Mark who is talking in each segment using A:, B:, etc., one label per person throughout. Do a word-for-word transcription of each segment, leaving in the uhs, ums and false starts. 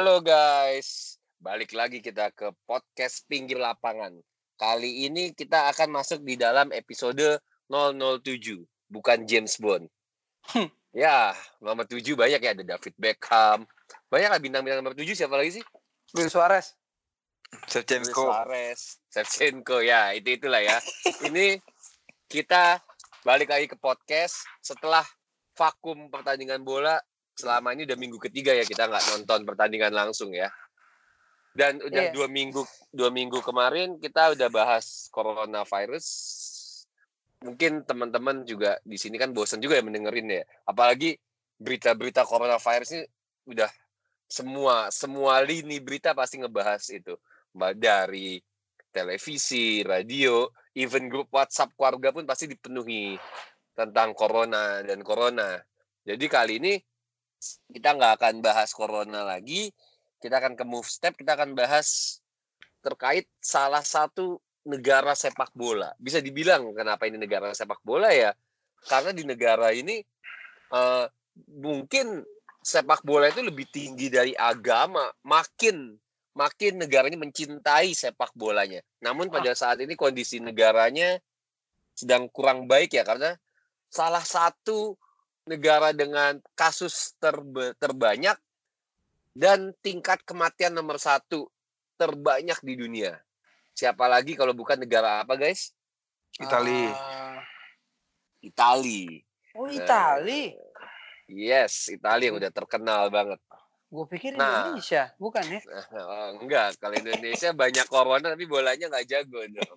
A: Halo guys, balik lagi kita ke podcast Pinggir Lapangan. Kali ini kita akan masuk di dalam episode nol nol tujuh, bukan James Bond.
B: Hmm.
A: Ya, nomor tujuh banyak ya, ada David Beckham. Banyak lah bintang-bintang nomor tujuh, siapa lagi sih?
B: Luis Suarez.
A: Shevchenko. Luis Suarez, Shevchenko, ya itu-itulah ya. Ini kita balik lagi ke podcast setelah vakum pertandingan bola. Selama ini udah minggu ketiga ya kita nggak nonton pertandingan langsung ya. Dan udah yeah. dua minggu dua minggu kemarin kita udah bahas coronavirus. Mungkin teman-teman juga di sini kan bosan juga ya mendengerin ya. Apalagi berita-berita coronavirus ini udah semua semua lini berita pasti ngebahas itu. Dari televisi, radio, even grup WhatsApp keluarga pun pasti dipenuhi tentang corona dan corona. Jadi kali ini kita nggak akan bahas corona lagi, kita akan ke move step, kita akan bahas terkait salah satu negara sepak bola. Bisa dibilang kenapa ini negara sepak bola ya? Karena di negara ini uh, mungkin sepak bola itu lebih tinggi dari agama, makin makin negaranya mencintai sepak bolanya. Namun pada saat ini kondisi negaranya sedang kurang baik ya, karena salah satu negara dengan kasus terbe- terbanyak dan tingkat kematian nomor satu terbanyak di dunia. Siapa lagi kalau bukan negara apa, guys?
B: Itali.
A: Uh, Itali.
B: Oh, Itali.
A: Uh, yes, Itali yang udah terkenal banget.
B: Gue pikir
A: nah,
B: Indonesia, bukan ya?
A: Uh, enggak, kalau Indonesia banyak corona tapi bolanya nggak jago dong.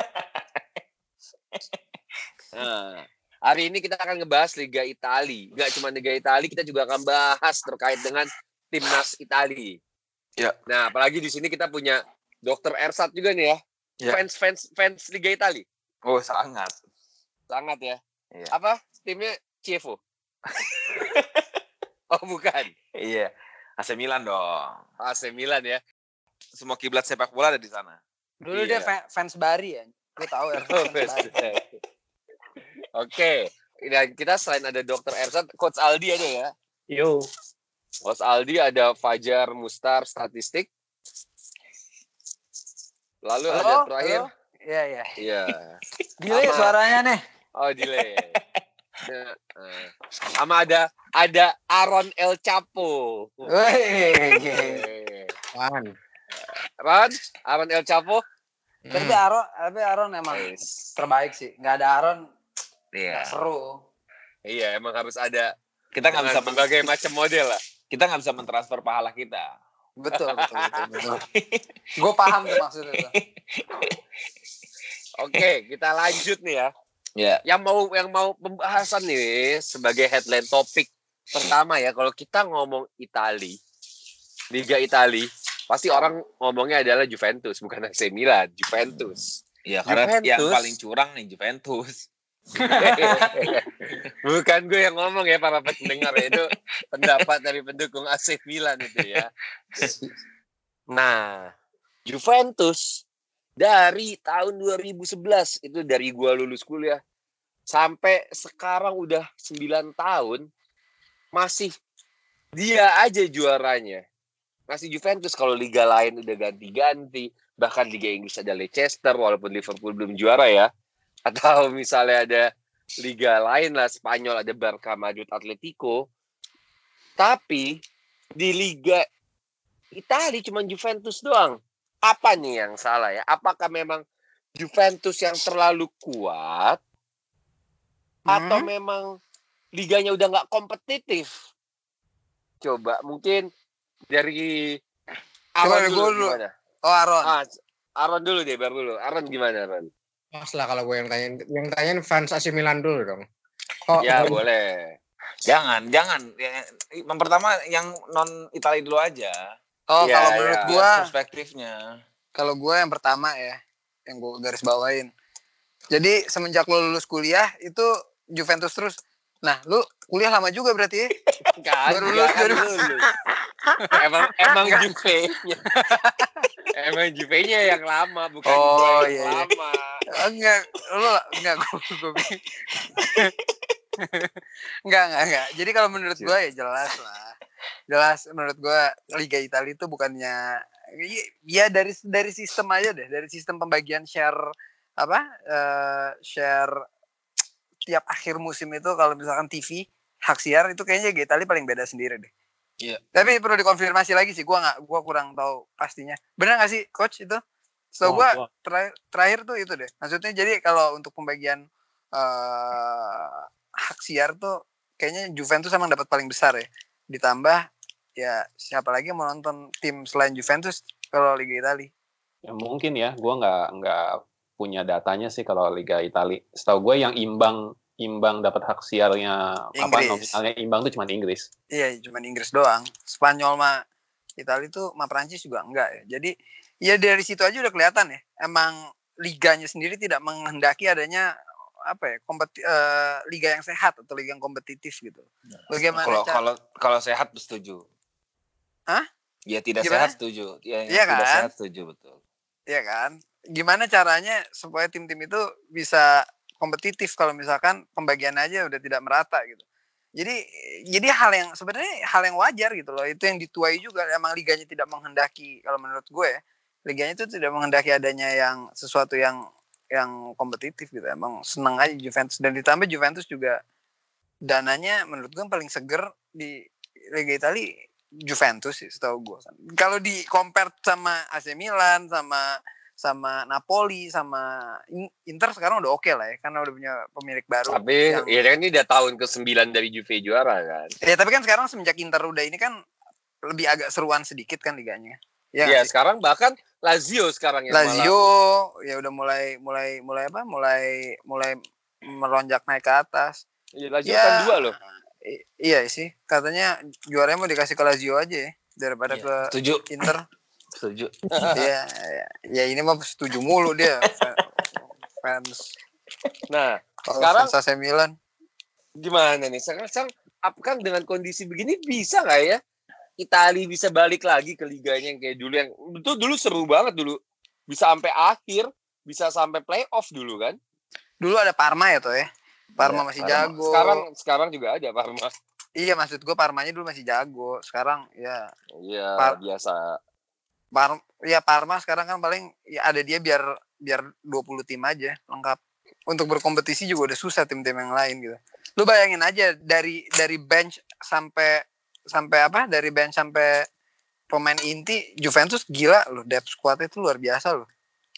A: Nah, hari ini kita akan ngebahas Liga Italia. Nggak cuma Liga Italia, kita juga akan bahas terkait dengan timnas Italia.
B: Ya.
A: Nah, apalagi di sini kita punya Dokter Ersat juga nih ya.
B: Ya.
A: Fans fans fans Liga Italia.
B: Oh, sangat.
A: Sangat ya.
B: Ya.
A: Apa? Timnya Chievo. Oh, bukan.
B: Iya. A C Milan dong.
A: A C Milan ya.
B: Semua kiblat sepak bola ada di sana.
C: Dulu
A: iya.
C: dia fans Bari ya. Gue tahu ya.
A: Oh, fans Bari. Oke, dan kita selain ada Dokter Ersat, Coach Aldi ada ya?
C: Yo.
A: Coach Aldi ada Fajar Mustar statistik. Lalu
C: halo,
A: ada terakhir.
C: Iya, iya.
A: Iya.
C: Delay suaranya nih.
A: Oh, delay. Nah, uh. Sama ada ada Aaron El Chapo.
C: Wih.
A: Ron. Ron, Aaron El Chapo.
C: Tapi hmm. Aaron, tapi Aaron emang yes. terbaik sih. Nggak ada Aaron,
B: iya.
C: nggak seru.
A: Iya, emang harus ada.
B: Kita nggak bisa
A: berbagai macam model lah.
B: Kita nggak bisa mentransfer pahala kita.
C: Betul, betul, betul. betul. Gue paham tuh maksudnya tuh.
A: Oke, kita lanjut nih ya.
B: Ya.
A: Yang mau yang mau pembahasan nih sebagai headline topik pertama ya, kalau kita ngomong Itali, Liga Itali, pasti orang ngomongnya adalah Juventus, bukan A C Milan, Juventus.
B: Iya, karena Juventus, yang paling curang nih Juventus.
A: Bukan gue yang ngomong ya, para pendengar ya, itu pendapat dari pendukung A C Milan itu ya. Nah, Juventus dari tahun dua ribu sebelas itu, dari gua lulus kuliah sampai sekarang udah sembilan tahun masih dia aja juaranya. Masih Juventus. Kalau liga lain udah ganti-ganti, bahkan Liga Inggris ada Leicester walaupun Liverpool belum juara ya. Atau misalnya ada liga lain lah, Spanyol ada Barca, Madrid, Atletico. Tapi di Liga Italia cuma Juventus doang. Apa nih yang salah ya? Apakah memang Juventus yang terlalu kuat? Hmm? Atau memang liganya udah nggak kompetitif? Coba mungkin dari Aaron dulu, dulu gimana?
C: Oh Aaron.
A: Ah, Aaron dulu deh, baru dulu. Aaron gimana Aaron?
D: Mas lah kalau gue yang tanyain, yang tanyain fans A C Milan dulu dong.
A: Oh, ya dari... boleh.
B: Jangan, jangan. Yang pertama yang non Italia dulu aja.
C: Oh, ya, kalau menurut
B: ya.
C: gue
B: perspektifnya.
C: Kalau gue yang pertama ya, yang gue garis bawain. Jadi semenjak lo lulus kuliah itu Juventus terus. Nah, lu kuliah lama juga berarti ya?
A: Kan, baru lulus baru lulus. emang emang Juve-nya. Emang Juve-nya yang lama, bukan
C: oh,
A: gue yang
C: iya.
A: lama.
C: Enggak, lu enggak gue gue enggak, enggak, enggak. Jadi kalau menurut gue ya jelas lah. jelas menurut gue Liga Italia itu bukannya ya dari dari sistem aja deh, dari sistem pembagian share apa uh, share tiap akhir musim itu kalau misalkan T V hak siar itu kayaknya Liga Italia paling beda sendiri deh.
B: Iya.
C: Tapi perlu dikonfirmasi lagi sih, gue nggak, gue kurang tahu pastinya. Benar nggak sih, coach itu? So gue terakhir, terakhir tuh itu deh. Maksudnya jadi kalau untuk pembagian uh, hak siar tuh kayaknya Juventus emang dapat paling besar ya. Ditambah ya siapa lagi yang mau nonton tim selain Juventus kalau Liga Italia?
E: Ya mungkin ya, gue nggak nggak punya datanya sih kalau Liga Italia. Setahu gue yang imbang imbang dapat hak siarnya apa nominalnya imbang tuh cuma Inggris.
C: Iya, cuma Inggris doang. Spanyol mah Italia tuh mah Prancis juga enggak ya. Jadi ya dari situ aja udah kelihatan ya. Emang liganya sendiri tidak menghendaki adanya apa ya kompeti, uh, liga yang sehat atau liga yang kompetitif gitu. Bagaimana
B: kalau
C: cara...
B: kalau kalau sehat setuju.
C: Hah?
B: Ya tidak
C: Gimana?
B: sehat setuju. Ya,
C: iya
B: tidak
C: kan?
B: sehat setuju betul.
C: Iya kan? Gimana caranya supaya tim-tim itu bisa kompetitif kalau misalkan pembagian aja udah tidak merata gitu. Jadi jadi hal yang sebenarnya hal yang wajar gitu loh. Itu yang dituai juga, emang liganya tidak menghendaki, kalau menurut gue ya, liganya itu tidak menghendaki adanya yang sesuatu yang yang kompetitif gitu. Emang seneng aja Juventus, dan ditambah Juventus juga dananya menurut gue yang paling seger di Liga Italia Juventus sih setahu gue. Kalau di compare sama A C Milan, sama sama Napoli, sama Inter sekarang udah oke okay lah ya, karena udah punya pemilik baru.
A: Tapi yang... ya kan ini udah tahun ke sembilan dari Juve juara kan.
C: Ya tapi kan sekarang semenjak Inter udah ini kan lebih agak seruan sedikit kan liganya.
A: Ya, ya sekarang bahkan Lazio sekarang yang
C: Lazio malah... ya udah mulai mulai mulai apa? Mulai mulai melonjak naik ke atas.
A: Iya, Lazio ya, kan dua loh.
C: I- iya sih, katanya juaranya mau dikasih ke Lazio aja ya daripada ya, ke
B: setuju.
C: Inter.
B: Setuju.
C: Iya, ya, ya ini mah setuju mulu dia fans.
A: Nah,
C: kalo
A: sekarang
C: fans A C Milan
A: gimana nih? Sekarang, sekarang kan dengan kondisi begini bisa nggak ya Italia bisa balik lagi ke liganya yang kayak dulu, yang betul dulu seru banget dulu, bisa sampai akhir, bisa sampai playoff dulu kan?
C: Dulu ada Parma ya toh ya. Parma ya, masih
A: Parma.
C: jago.
A: Sekarang sekarang juga ada Parma.
C: Iya, maksud gue Parmanya dulu masih jago. Sekarang ya.
A: Iya, Par- biasa.
C: Par- ya Parma sekarang kan paling ya ada dia biar biar dua puluh tim aja lengkap. Untuk berkompetisi juga udah susah tim-tim yang lain gitu. Lu bayangin aja dari dari bench sampai sampai apa? Dari bench sampai pemain inti Juventus gila loh, depth squad itu luar biasa loh.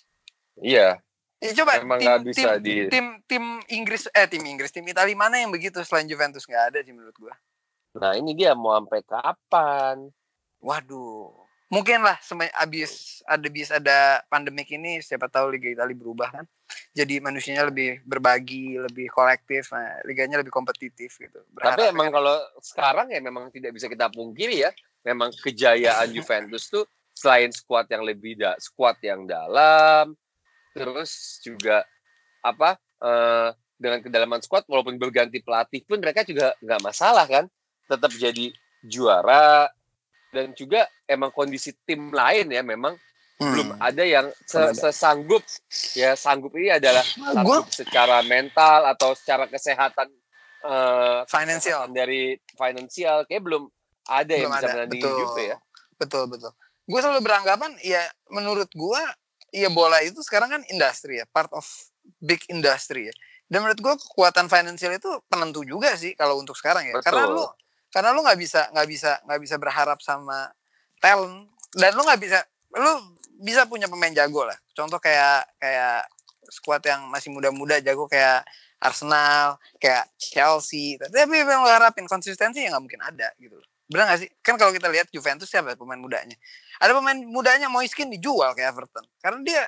A: Iya.
C: Ya, coba
A: emang
C: tim,
A: bisa
C: tim,
A: di...
C: tim tim Inggris eh tim Inggris tim Italia mana yang begitu selain Juventus? Nggak ada sih menurut gua.
A: Nah ini dia mau sampai kapan?
C: Waduh, mungkin lah sem- abis ada bis ada pandemik ini, siapa tahu Liga Italia berubah kan, jadi manusianya lebih berbagi, lebih kolektif, nah, liganya lebih kompetitif gitu.
A: Berharap Tapi emang kan kalau sekarang ya memang tidak bisa kita pungkiri ya, memang kejayaan Juventus tuh selain skuad yang lebih da- skuad yang dalam, terus juga apa uh, dengan kedalaman skuad walaupun berganti pelatih pun mereka juga nggak masalah kan, tetap jadi juara. Dan juga emang kondisi tim lain ya memang hmm. belum ada yang se- sesanggup ya sanggup ini adalah sanggup gua... secara mental atau secara kesehatan uh,
C: finansial
A: dari finansial kayak belum ada belum yang bisa menandingi Juve ya.
C: Betul betul. Gue selalu beranggapan ya menurut gue ya bola itu sekarang kan industri ya, part of big industry ya. Dan menurut gue kekuatan finansial itu penentu juga sih kalau untuk sekarang ya. Betul. Karena lu karena lu nggak bisa nggak bisa nggak bisa berharap sama talent, dan lu nggak bisa lu bisa punya pemain jago lah. Contoh kayak kayak skuad yang masih muda-muda jago kayak Arsenal, kayak Chelsea. Tapi yang lu harapin konsistensi ya nggak mungkin ada gitu loh. Benar nggak sih? Kan kalau kita lihat Juventus siapa pemain mudanya? Ada pemain mudanya Moiskin dijual ke Everton karena dia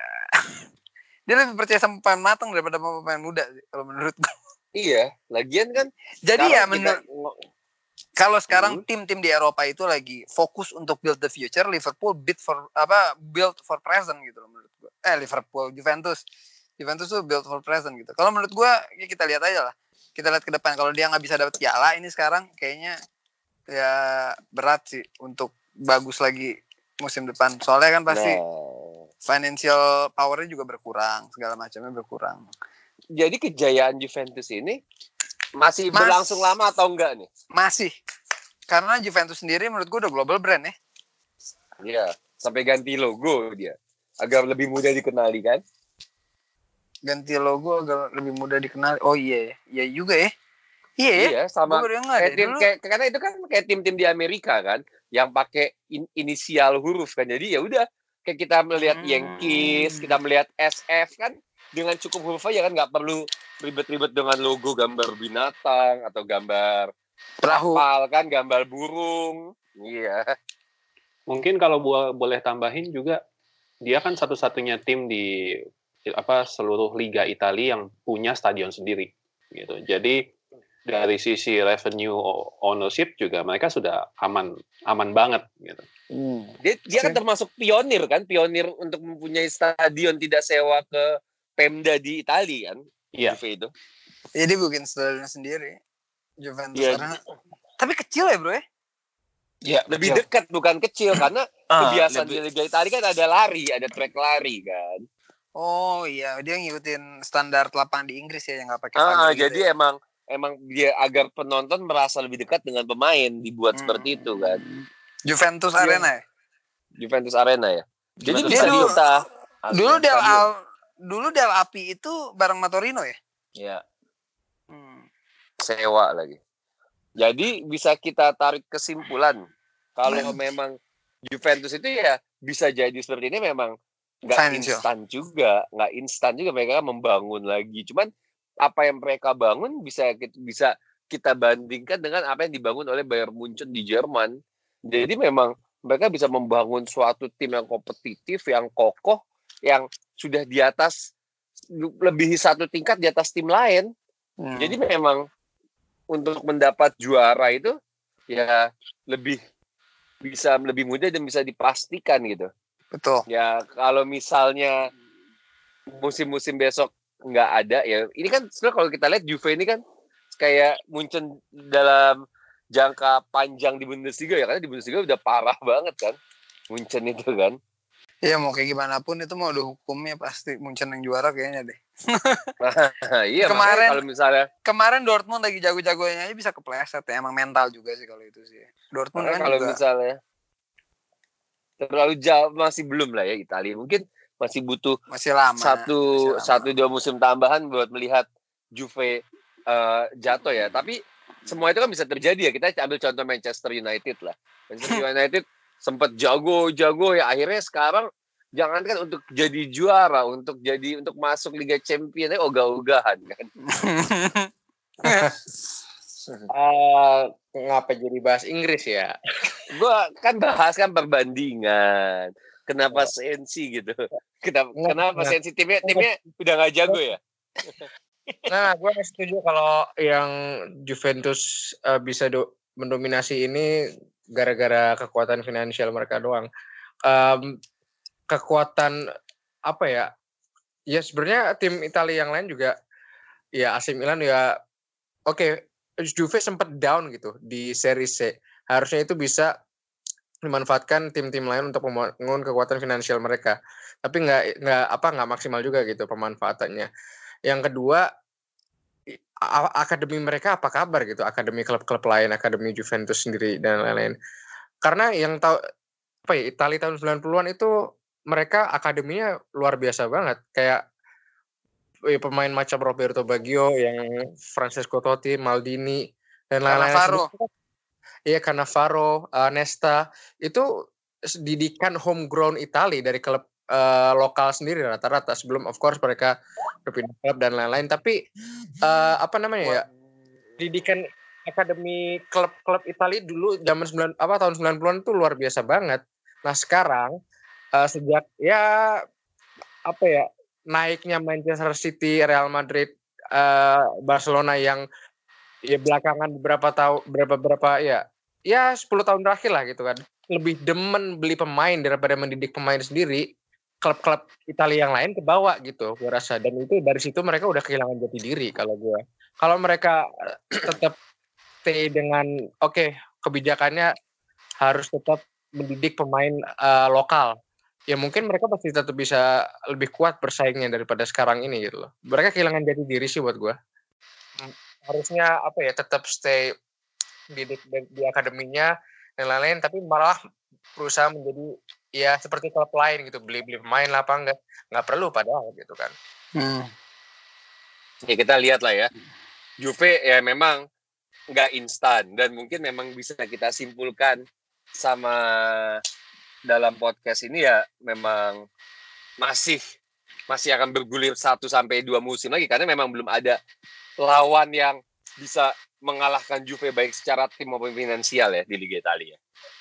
C: dia lebih percaya sama pemain matang daripada pemain muda sih kalau menurut gue.
A: Iya, lagian kan.
C: Jadi ya menurut kita... Kalau sekarang
A: hmm.
C: tim-tim di Eropa itu lagi fokus untuk build the future, Liverpool build for apa build for present gitu loh menurut gue. Eh Liverpool, Juventus, Juventus tuh build for present gitu. Kalau menurut gue ya kita lihat aja lah. Kita lihat ke depan. Kalau dia nggak bisa dapat piala ini sekarang, kayaknya ya berat sih untuk bagus lagi musim depan. Soalnya kan pasti nah. financial powernya juga berkurang, segala macamnya berkurang.
A: Jadi kejayaan Juventus ini masih
C: Mas,
A: berlangsung lama atau enggak nih?
C: Masih. Karena Juventus sendiri menurut gue udah global brand ya.
A: Iya, sampai ganti logo dia. Agar lebih mudah dikenali kan?
C: Ganti logo agar lebih mudah dikenali. Oh iya, iya juga ya. Iya,
A: Iya, sama kayak tim,
C: dulu.
A: kayak karena itu kan kayak tim-tim di Amerika kan, yang pakai in, inisial huruf kan. Jadi ya udah, kayak kita melihat
C: Hmm.
A: Yankees, kita melihat S F kan, dengan cukup huruf aja kan, nggak perlu ribet-ribet dengan logo gambar binatang atau gambar
C: Perahu.
A: kapal kan, gambar burung. Iya.
E: Mungkin kalau bo- boleh tambahin juga, dia kan satu-satunya tim di apa seluruh Liga Italia yang punya stadion sendiri gitu. Jadi dari sisi revenue ownership juga mereka sudah aman aman banget gitu.
A: Hmm. Dia, dia kan termasuk pionir kan, pionir untuk mempunyai stadion tidak sewa ke Pemda di Italia kan.
E: Iya.
A: Juve itu.
C: Jadi bikin stadion sendiri. Juventus
A: Ya,
C: Arena. Tapi kecil ya bro ya?
B: Ya,
A: lebih dekat bukan kecil karena
B: Ah,
A: kebiasaan
B: lebih-
A: di Liga Italia kan ada lari, ada track lari kan.
C: Oh iya, dia ngikutin standar lapangan di Inggris ya yang nggak pakai
A: Ah,
C: pagar gitu
A: jadi
C: ya.
A: emang emang dia agar penonton merasa lebih dekat dengan pemain dibuat
C: Hmm.
A: seperti itu kan.
C: Juventus
A: Iya.
C: Arena ya?
A: Juventus Arena ya. Jadi
B: Juventus
A: bisa
C: dulu-
A: kita
C: Dulu Del
B: Stadion.
C: Al, dulu Del Api itu bareng Matorino ya?
B: Ya.
C: Hmm.
A: sewa lagi. Jadi bisa kita tarik kesimpulan kalau memang Juventus itu ya bisa jadi seperti ini memang nggak
C: Financial.
A: instan juga, nggak instan juga mereka membangun lagi. Cuman apa yang mereka bangun bisa bisa kita bandingkan dengan apa yang dibangun oleh Bayern Munchen di Jerman. Jadi memang mereka bisa membangun suatu tim yang kompetitif, yang kokoh, yang sudah di atas lebih satu tingkat di atas tim lain.
C: Hmm.
A: Jadi memang untuk mendapat juara itu ya lebih bisa lebih mudah dan bisa dipastikan gitu.
C: Betul.
A: Ya kalau misalnya musim-musim besok nggak ada ya, ini kan sebenarnya kalau kita lihat Juve ini kan kayak Munchen dalam jangka panjang di Bundesliga ya, karena di Bundesliga udah parah banget kan Munchen itu kan.
C: Iya mau kayak gimana pun itu mau udah hukumnya pasti Munchen yang juara kayaknya deh.
A: Nah, iya
C: Kemarin-
A: makanya kalau misalnya
C: Kemarin Dortmund lagi jago-jagonya aja bisa kepleset ya. Emang mental juga sih kalau itu sih. Dortmund
A: makanya
C: kan
A: kalau
C: juga.
A: misalnya terlalu jauh masih belum lah ya Italia, mungkin masih butuh
C: Masih lama.
A: satu
C: masih lama.
A: satu dua musim tambahan buat melihat Juve uh, jatuh ya. Tapi semua itu kan bisa terjadi ya. Kita ambil contoh Manchester United lah. Manchester United sempat jago-jago ya, akhirnya sekarang jangankan untuk jadi juara, untuk jadi untuk masuk Liga Champions aja ogah-ogahan kan.
D: Uh, ngapa jadi bahas Inggris ya?
A: Gua kan bahas kan perbandingan. Kenapa sensi gitu? Kenapa
D: Nggak,
A: kenapa
D: nggak.
A: sensi timnya timnya udah nggak jago ya?
D: Nah, gue setuju kalau yang Juventus uh, bisa do- mendominasi ini gara-gara kekuatan finansial mereka doang. Um, kekuatan apa ya? Ya sebenarnya tim Italia yang lain juga, ya A C Milan ya, oke, okay, Juve sempat down gitu di Serie C. Harusnya itu bisa dimanfaatkan tim-tim lain untuk membangun kekuatan finansial mereka. Tapi nggak nggak apa nggak maksimal juga gitu pemanfaatannya. Yang kedua, akademi mereka apa kabar gitu, akademi klub-klub lain, akademi Juventus sendiri dan lain-lain. Karena yang tahu apa ya, Italia tahun sembilan puluhan itu mereka akademinya luar biasa banget. Kayak ya, pemain macam Roberto Baggio, yang Francesco Totti, Maldini dan lain-lain.
C: Cannavaro.
D: Iya, Cannavaro, uh, Nesta itu didikan homegrown Italia dari klub uh, lokal sendiri rata-rata. Sebelum of course mereka berpindah klub dan lain-lain. Tapi uh, apa namanya ya? Didikan akademi klub-klub Italia dulu zaman sembilan apa tahun sembilan puluhan itu luar biasa banget. Nah, sekarang uh, sejak ya apa ya? Naiknya Manchester City, Real Madrid, uh, Barcelona yang ya belakangan beberapa tahun berapa berapa ya ya sepuluh tahun terakhir lah gitu kan, lebih demen beli pemain daripada mendidik pemain sendiri. Klub-klub Italia yang lain kebawa gitu gue rasa, dan itu dari situ mereka udah kehilangan jati diri. Kalau gue kalau mereka tetap stay dengan oke okay, kebijakannya harus tetap mendidik pemain uh, lokal, ya mungkin mereka pasti tetap bisa lebih kuat bersaingnya daripada sekarang ini gitu loh. Mereka kehilangan jati diri sih buat gue. Harusnya apa ya tetap stay di, di, di akademinya dan lain-lain, tapi malah berusaha menjadi ya seperti klub lain gitu, beli-beli pemain lah apa enggak nggak perlu padahal gitu kan.
C: Hmm.
A: Ya kita lihat lah ya, Juve ya memang nggak instan dan mungkin memang bisa kita simpulkan sama dalam podcast ini ya memang masih masih akan bergulir satu sampai dua musim lagi karena memang belum ada lawan yang bisa mengalahkan Juve baik secara tim maupun finansial ya di Liga Italia.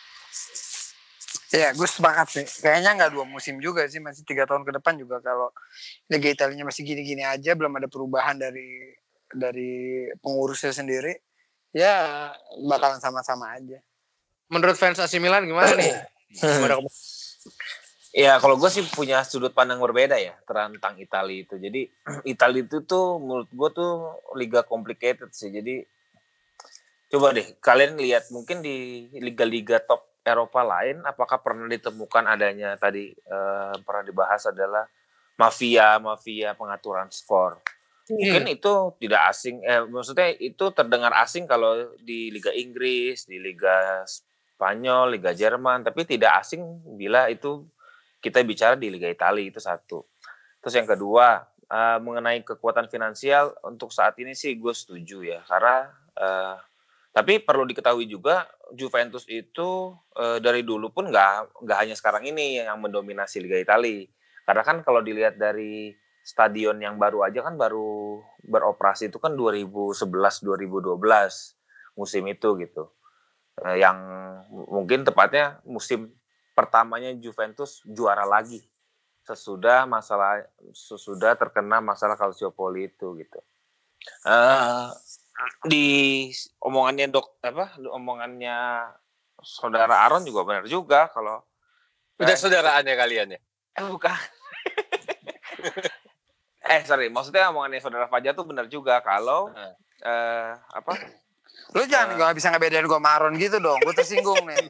C: Ya, gue sepakat sih. Kayaknya nggak dua musim juga sih, masih tiga tahun ke depan juga kalau Liga Italia masih gini-gini aja, belum ada perubahan dari dari pengurusnya sendiri, ya bakalan sama-sama aja.
D: Menurut fans A C Milan gimana nih? Gimana?
B: Ya kalau gue sih punya sudut pandang berbeda ya tentang Italia itu. Jadi Italia itu tuh menurut gue tuh liga complicated sih. Jadi coba deh kalian lihat mungkin di liga-liga top Eropa lain apakah pernah ditemukan adanya tadi eh, pernah dibahas adalah mafia mafia pengaturan skor. Mungkin hmm. itu tidak asing. Eh, maksudnya itu terdengar asing kalau di Liga Inggris, di Liga Spanyol, Liga Jerman, tapi tidak asing bila itu kita bicara di Liga Italia itu satu. Terus yang kedua uh, mengenai kekuatan finansial untuk saat ini sih gue setuju ya karena uh, tapi perlu diketahui juga Juventus itu uh, dari dulu pun nggak nggak hanya sekarang ini yang mendominasi Liga Italia karena kan kalau dilihat dari stadion yang baru aja kan baru beroperasi itu kan dua ribu sebelas dua ribu dua belas musim itu gitu uh, yang mungkin tepatnya musim pertamanya Juventus juara lagi sesudah masalah sesudah terkena masalah Calciopoli itu gitu. Uh, di omongannya dok apa omongannya saudara Aaron juga benar juga kalau
A: udah
B: eh,
A: saudaraannya kalian ya?
B: Eh bukan. eh sorry maksudnya omongannya saudara Fajar tuh benar juga kalau uh. eh, apa?
C: Lu jangan uh, gak bisa ngebedain gue sama Aaron gitu dong, gue tersinggung nih.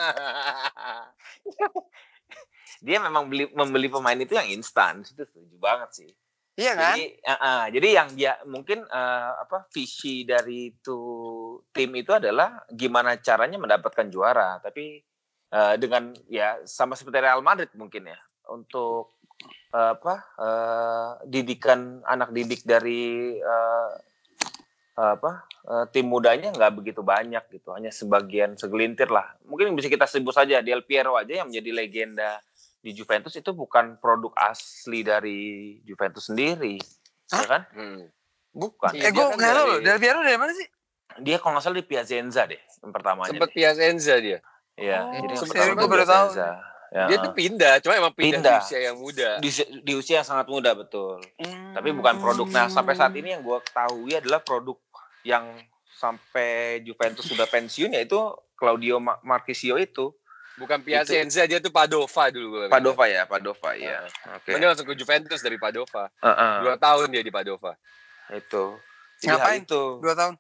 B: Dia memang beli membeli pemain itu yang instan, itu setuju banget sih.
C: Iya kan?
B: Jadi, uh, uh, jadi yang dia mungkin uh, apa visi dari itu tim itu adalah gimana caranya mendapatkan juara, tapi uh, dengan ya sama seperti Real Madrid mungkin ya untuk uh, apa uh, didikan anak didik dari uh, apa uh, tim mudanya nggak begitu banyak gitu, hanya sebagian segelintir lah. Mungkin bisa kita sebut saja Del Piero aja yang menjadi legenda di Juventus itu bukan produk asli dari Juventus sendiri, hah? Ya kan? Hmm. Bukan.
C: Eh, gue nggak tahu loh. Del Piero dari mana sih?
B: Dia kalau nggak salah di Piacenza deh, yang pertamanya.
A: Sempat Piacenza dia.
B: Iya.
C: Oh,
B: jadi
C: sebenarnya gue baru tahu.
B: Ya.
A: Dia tuh pindah, cuma emang pindah, pindah. Di usia yang muda.
B: Di, di usia yang sangat muda betul. Hmm. Tapi bukan produk. Nah sampai saat ini yang gue ketahui adalah produk yang sampai Juventus sudah pensiun yaitu Claudio Marchisio itu.
A: Bukan Piacenza, dia tuh Padova dulu.
B: Padova ya, Padova ya.
A: Uh, Oke. Okay. Dia langsung ke Juventus dari Padova.
B: Uh, uh.
A: Dua tahun dia di Padova.
B: Itu.
C: Jadi ngapain itu? Dua tahun.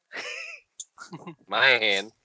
A: Main.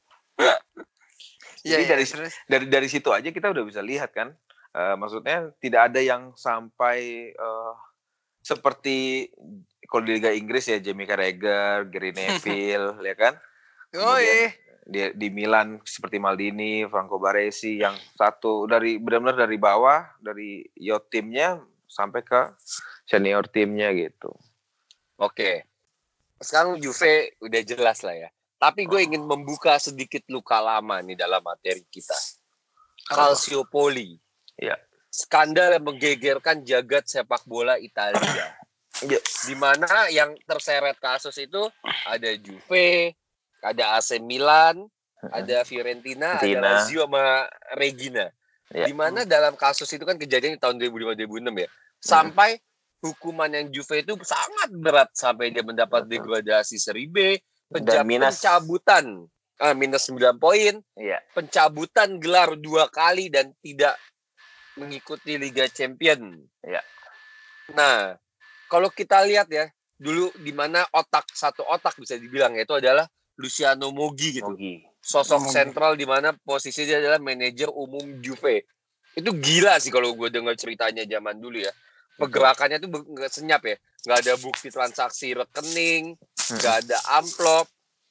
B: Jadi ya, dari ya, dari dari situ aja kita udah bisa lihat kan. Uh, maksudnya tidak ada yang sampai uh, seperti kalau di Liga Inggris ya Jamie Carragher, Gary Neville, ya kan?
C: Oh iya.
B: Di, di Milan seperti Maldini, Franco Baresi yang satu dari benar-benar dari bawah dari youth timnya sampai ke senior timnya gitu.
A: Oke, sekarang Juve udah jelas lah ya. Tapi gue ingin membuka sedikit luka lama nih dalam materi kita. Calciopoli,
B: ya.
A: Skandal yang menggegerkan jagat sepak bola Italia.
B: Ya.
A: Di mana yang terseret kasus itu ada Juve, ada A C Milan, ada Fiorentina, Fiorentina. Ada Lazio sama Regina. Ya. Di mana dalam kasus itu kan kejadian di tahun dua ribu lima dua ribu enam ya. Sampai hukuman yang Juve itu sangat berat sampai dia mendapat degradasi seri B, penca- minus. pencabutan uh, minus sembilan poin,
B: ya.
A: pencabutan gelar dua kali dan tidak mengikuti Liga Champion.
B: Ya.
A: Nah, kalau kita lihat ya, dulu di mana otak satu otak bisa dibilang yaitu adalah Luciano Moggi gitu.
B: Moggi.
A: Sosok Moggi. Sentral di mana posisinya adalah manajer umum Juve. Itu gila sih kalau gue dengar ceritanya zaman dulu ya. Pergerakannya tuh nggak senyap ya. Nggak ada bukti transaksi rekening, nggak ada amplop.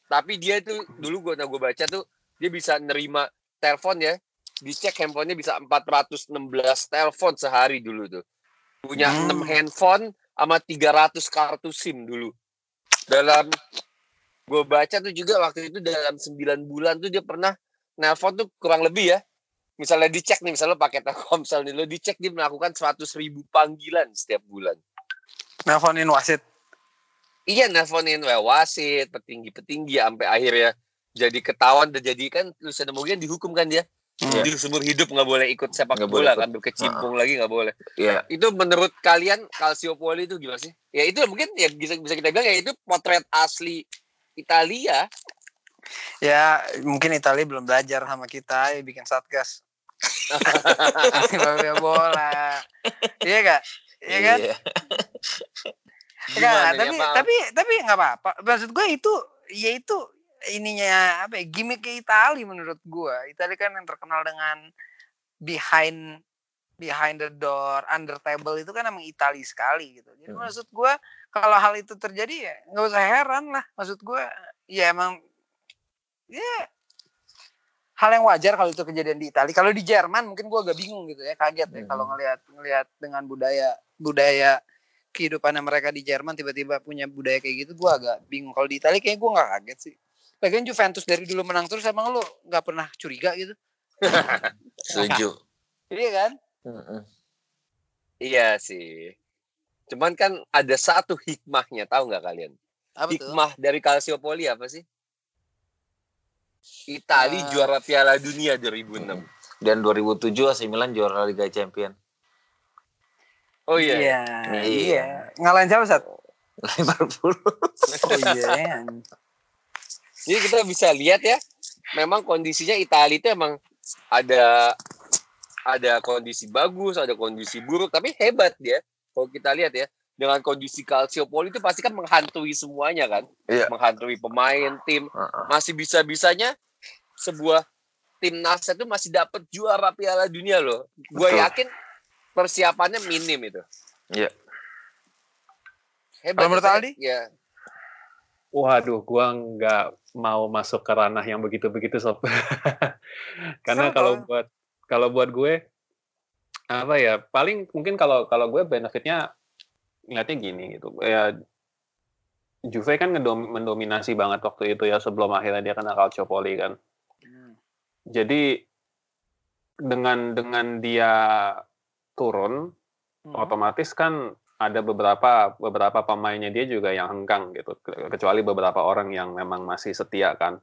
A: Tapi dia itu dulu gue nah gue baca tuh dia bisa nerima telepon ya, dicek handphonenya bisa empat ratus enam belas telepon sehari dulu tuh. Punya
C: Hmm.
A: enam handphone sama tiga ratus kartu SIM dulu. Dalam gue baca tuh juga waktu itu dalam sembilan bulan tuh dia pernah nelpon tuh kurang lebih ya. Misalnya dicek nih, misalnya pakai Telkomsel nih, lo dicek dia melakukan seratus ribu panggilan setiap bulan.
C: Nelfonin wasit.
A: Iya, nelfonin wasit, petinggi-petinggi, sampai akhirnya jadi ketahuan dan jadi kan Luciano Mogian dihukum kan dia.
B: Iya.
A: Di seumur hidup nggak boleh ikut sepak
B: Nggak
A: bola
B: boleh
A: kan,
B: ikut.
A: berkecimpung lagi nggak boleh.
B: Iya.
A: Itu menurut kalian Calciopoli itu gimana sih? Ya itu mungkin ya bisa bisa kita bilang ya itu potret asli Italia.
C: Ya mungkin Italia belum belajar sama kita ya bikin satgas. Mafia bola. Iya gak? Iya kan?
B: Iya.
C: Enggak,
A: Gimana
C: tapi
A: ya, Pak?
C: tapi tapi nggak apa-apa. Maksud gue itu ya itu ininya apa ya? Gimmick ke Italia menurut gue. Italia kan yang terkenal dengan behind behind the door, under table itu kan emang Italia sekali gitu. Jadi hmm. maksud gue kalau hal itu terjadi ya nggak usah heran lah. Maksud gue ya emang ya hal yang wajar kalau itu kejadian di Italia. Kalau di Jerman mungkin gue agak bingung gitu ya, kaget ya hmm. kalau ngelihat ngelihat dengan budaya budaya kehidupannya mereka di Jerman tiba-tiba punya budaya kayak gitu, gue agak bingung. Kalau di Italia kayaknya gue nggak kaget sih. Lagian Juventus dari dulu menang terus, emang lu nggak pernah curiga gitu?
B: Setuju.
C: Iya kan?
B: Mm-mm.
A: Iya sih. Cuman kan ada satu hikmahnya, tahu nggak kalian?
C: Apa
A: Hikmah
C: tuh?
A: dari Calciopoli apa sih? Italia uh, juara Piala Dunia dua ribu enam.
B: Dan dua ribu tujuh A C Milan juara Liga Champions.
A: Oh iya.
C: Iya.
B: Iya.
C: iya. Ngalahin siapa, Sat?
B: Liverpool.
C: Oh iya.
A: Jadi kita bisa lihat ya, memang kondisinya Italia itu emang ada ada kondisi bagus, ada kondisi buruk, tapi hebat dia. Kalau kita lihat ya, dengan kondisi Calciopoli itu pasti kan menghantui semuanya kan.
B: Iya.
A: Menghantui pemain, tim.
B: Uh-uh.
A: Masih bisa-bisanya sebuah timnas itu masih dapat juara Piala Dunia loh. Gue yakin persiapannya minim itu.
B: Iya.
A: Hebat.
C: Kalau menurut Aldi?
A: Ya.
E: Waduh, gua nggak mau masuk ke ranah yang begitu-begitu sob. Karena
C: Sob.
E: kalau buat kalau buat gue apa ya, paling mungkin kalau kalau gue benefitnya ngeliatnya gini gitu. Ya Juve kan ngedom, mendominasi banget waktu itu ya sebelum akhirnya dia kena Calciopoli kan. Hmm. Jadi dengan dengan dia turun, hmm. otomatis kan ada beberapa beberapa pemainnya dia juga yang hengkang gitu, kecuali beberapa orang yang memang masih setia kan.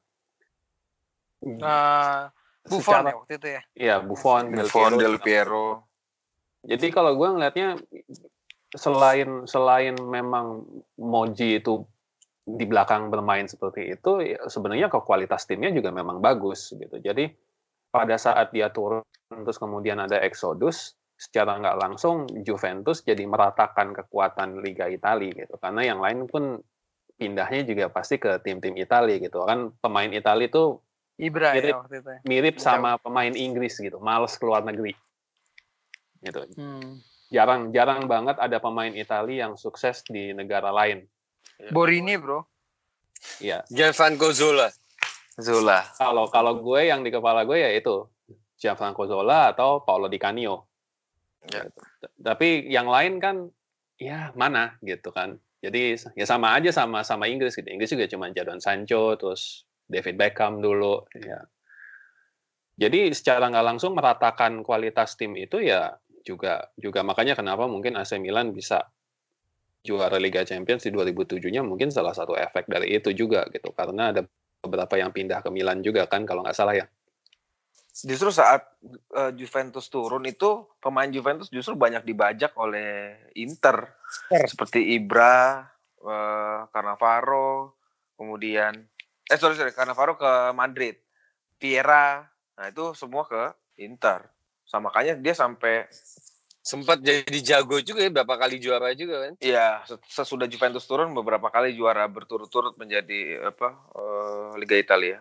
C: Uh, Buffon Secara, ya waktu itu ya.
E: Iya, Buffon,
B: Buffon, Del Piero.
E: Jadi kalau gue ngelihatnya selain selain memang Moji itu di belakang bermain seperti itu, ya sebenarnya ke kualitas timnya juga memang bagus gitu. Jadi pada saat dia turun terus kemudian ada Exodus, secara nggak langsung Juventus jadi meratakan kekuatan Liga Italia gitu, karena yang lain pun pindahnya juga pasti ke tim-tim Italia gitu kan. Pemain Italia itu
C: Ibra
E: mirip,
C: ya waktu itu ya.
E: mirip sama pemain Inggris gitu, males keluar negeri gitu. hmm. jarang jarang banget ada pemain Italia yang sukses di negara lain.
C: Borini bro.
E: Iya.
A: Gianfranco Zola.
B: Zola.
E: Kalau kalau gue yang di kepala gue ya itu Gianfranco Zola atau Paolo Di Canio. Ya. Tapi yang lain kan ya mana gitu kan. Jadi ya sama aja sama sama Inggris gitu. Inggris juga cuma Jadon Sancho terus David Beckham dulu ya. Jadi secara nggak langsung meratakan kualitas tim itu ya juga juga makanya kenapa mungkin A C Milan bisa juara Liga Champions di dua ribu tujuh-nya mungkin salah satu efek dari itu juga gitu, karena ada beberapa yang pindah ke Milan juga kan kalau nggak salah ya.
B: Justru saat uh, Juventus turun itu pemain Juventus justru banyak dibajak oleh Inter, Inter. Seperti Ibra, uh, Cannavaro, kemudian eh sorry sorry Cannavaro ke Madrid, Vieira, nah itu semua ke Inter. Sama makanya dia sampai
A: sempat jadi jago juga ya, berapa kali juara juga kan?
B: Iya, sesudah Juventus turun beberapa kali juara berturut-turut menjadi apa uh, Liga Italia.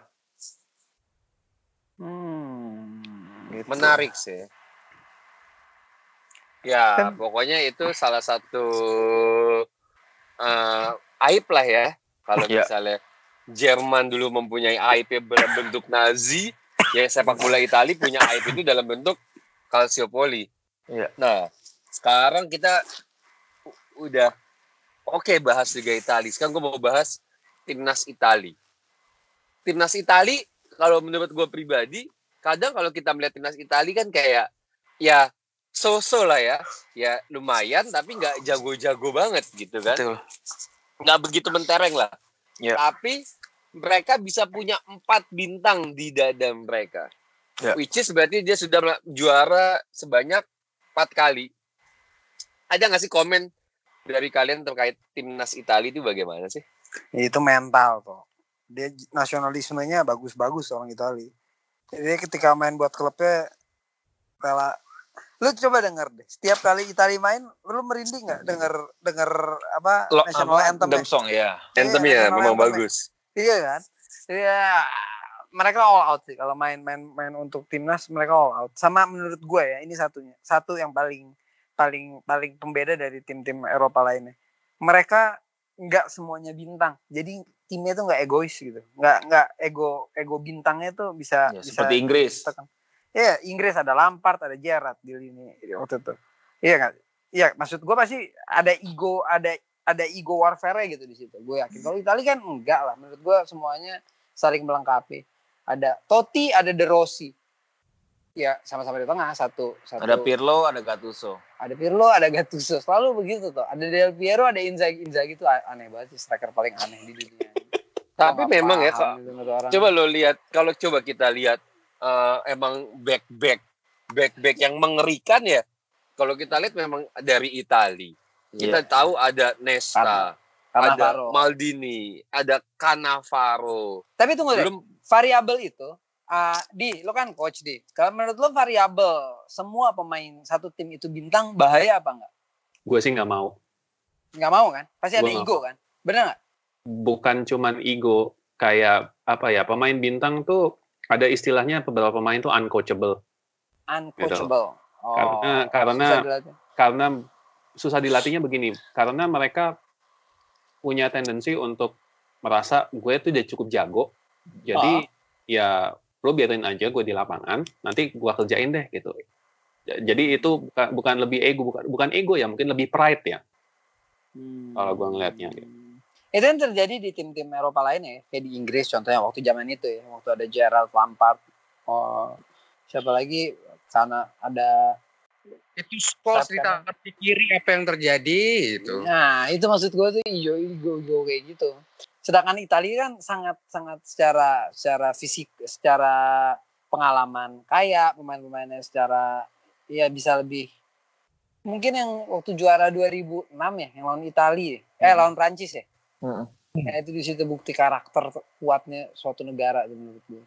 C: Hmm,
A: gitu. Menarik sih. Ya, kan, pokoknya itu salah satu uh, aib lah ya kalau ya. Misalnya Jerman dulu mempunyai A I P berbentuk Nazi, ya sepak bola Italia punya A I P itu dalam bentuk Calciopoli.
B: Iya.
A: Nah, sekarang kita u- udah oke okay, bahas Liga Italia. Sekarang gue mau bahas timnas Italia. Timnas Italia, kalau menurut gue pribadi, kadang kalau kita melihat timnas Italia kan kayak ya so-so lah ya, ya lumayan tapi nggak jago-jago banget gitu kan.
B: Betul.
A: Nggak begitu mentereng lah.
B: Ya.
A: Tapi mereka bisa punya empat bintang di dada mereka.
B: Ya.
A: Which is berarti dia sudah juara sebanyak empat kali. Ada nggak sih komen dari kalian terkait timnas Italia itu bagaimana sih?
C: Itu mental tuh. Dia nasionalismenya bagus-bagus orang Italia. Jadi ketika main buat klubnya rela. Lu coba denger deh. Setiap kali Italia main, lu merinding nggak denger denger apa
B: Lo,
C: national anthem?
B: Anthem song ya.
A: Anthemnya
C: national
A: memang
C: anthem-nya.
A: bagus.
C: Iya kan? Iya. Mereka all out sih kalau main-main main untuk timnas, mereka all out. Sama menurut gue ya, ini satunya. Satu yang paling paling paling pembeda dari tim-tim Eropa lainnya. Mereka nggak semuanya bintang. Jadi timnya tuh nggak egois gitu. Nggak nggak ego ego bintangnya tuh bisa
B: Ya,
C: bisa
B: seperti Inggris.
C: Iya, Inggris ada Lampard, ada Gerrard di lini waktu itu. Iya kan? Iya, maksud gue pasti ada ego, ada ada ego warfare gitu di situ. Gue yakin. Kalau Italia kan enggak lah. Menurut gue semuanya saling melengkapi. Ada Totti, ada De Rossi. Ya, sama-sama di tengah satu satu.
B: Ada Pirlo, ada Gattuso.
C: Ada Pirlo, ada Gattuso. Selalu begitu tuh. Ada Del Piero, ada Inzaghi. Inzaghi itu aneh banget sih, striker paling aneh di dunia.
A: Tapi
C: Nggak
A: memang ya,
C: paham
A: Kak,
C: gitu menurut orang.
A: coba lo lihat, kalau coba kita lihat uh, emang back-back back-back yang mengerikan ya. Kalau kita lihat memang dari Italia. Kita
B: Iya.
A: tahu ada Nesta, ada
C: Cannavaro.
A: Maldini, ada Cannavaro.
C: Tapi tunggu deh.
A: Belum
C: Variabel itu, uh, di lo kan coach di. Kalau menurut lo variabel semua pemain satu tim itu bintang bahaya apa enggak?
E: Gue sih nggak mau.
C: Nggak mau kan? Pasti ada
E: Gua nggak
C: ego kan? Bener nggak?
E: Bukan cuman ego, kayak apa ya, pemain bintang tuh ada istilahnya beberapa pemain tuh uncoachable.
C: Uncoachable. Oh,
E: Karena- karena-
C: susah dilatih.
E: Karena susah dilatihnya begini, karena mereka punya tendensi untuk merasa gue tuh udah cukup jago, jadi ya lo biarin aja gue di lapangan, nanti gue kerjain deh gitu. Jadi itu bukan, bukan lebih ego, bukan bukan ego ya, mungkin lebih pride ya.
C: Hmm.
E: Kalau gua ngelihatnya, gitu.
C: Itu yang terjadi di tim-tim Eropa lainnya ya, kayak di Inggris contohnya waktu zaman itu ya, waktu ada Gerrard, Lampard, oh, siapa lagi, sana ada.
D: Itu Scholes ditaruh di kiri apa yang terjadi itu.
C: Nah itu maksud gue tuh ijo ijo ijo kayak gitu. Sedangkan Italia kan sangat sangat secara secara fisik, secara pengalaman kaya pemain-pemainnya, secara ya bisa lebih. Mungkin yang waktu juara dua ribu enam ya, yang lawan Italia, eh
B: Hmm.
C: lawan Prancis ya.
B: Hmm.
C: Nah, itu di situ bukti karakter kuatnya suatu negara tuh menurut gue.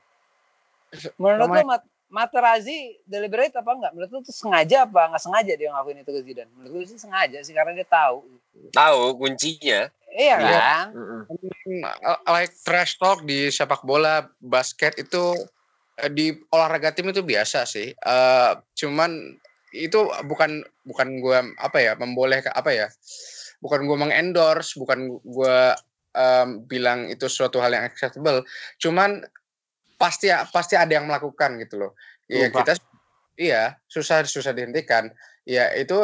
C: Menurut
D: Sama-
C: lo Mat Materazzi deliberate apa enggak? Menurut lo tuh sengaja apa enggak sengaja dia ngelakuin itu ke Zidane? Menurut gue sih sengaja sih, karena dia tahu.
A: tahu kuncinya.
C: Iya
D: Iya.
C: kan?
B: Mm-mm.
D: Like trash talk di sepak bola, basket itu eh, di olahraga tim itu biasa sih. Eh, cuman itu bukan bukan gue apa ya membolehkan apa ya, bukan gue mengendorse, bukan gue em, bilang itu suatu hal yang acceptable. Cuman pasti pasti ada yang melakukan gitu loh. Iya
C: Lupa.
D: kita iya susah susah dihentikan. Ya itu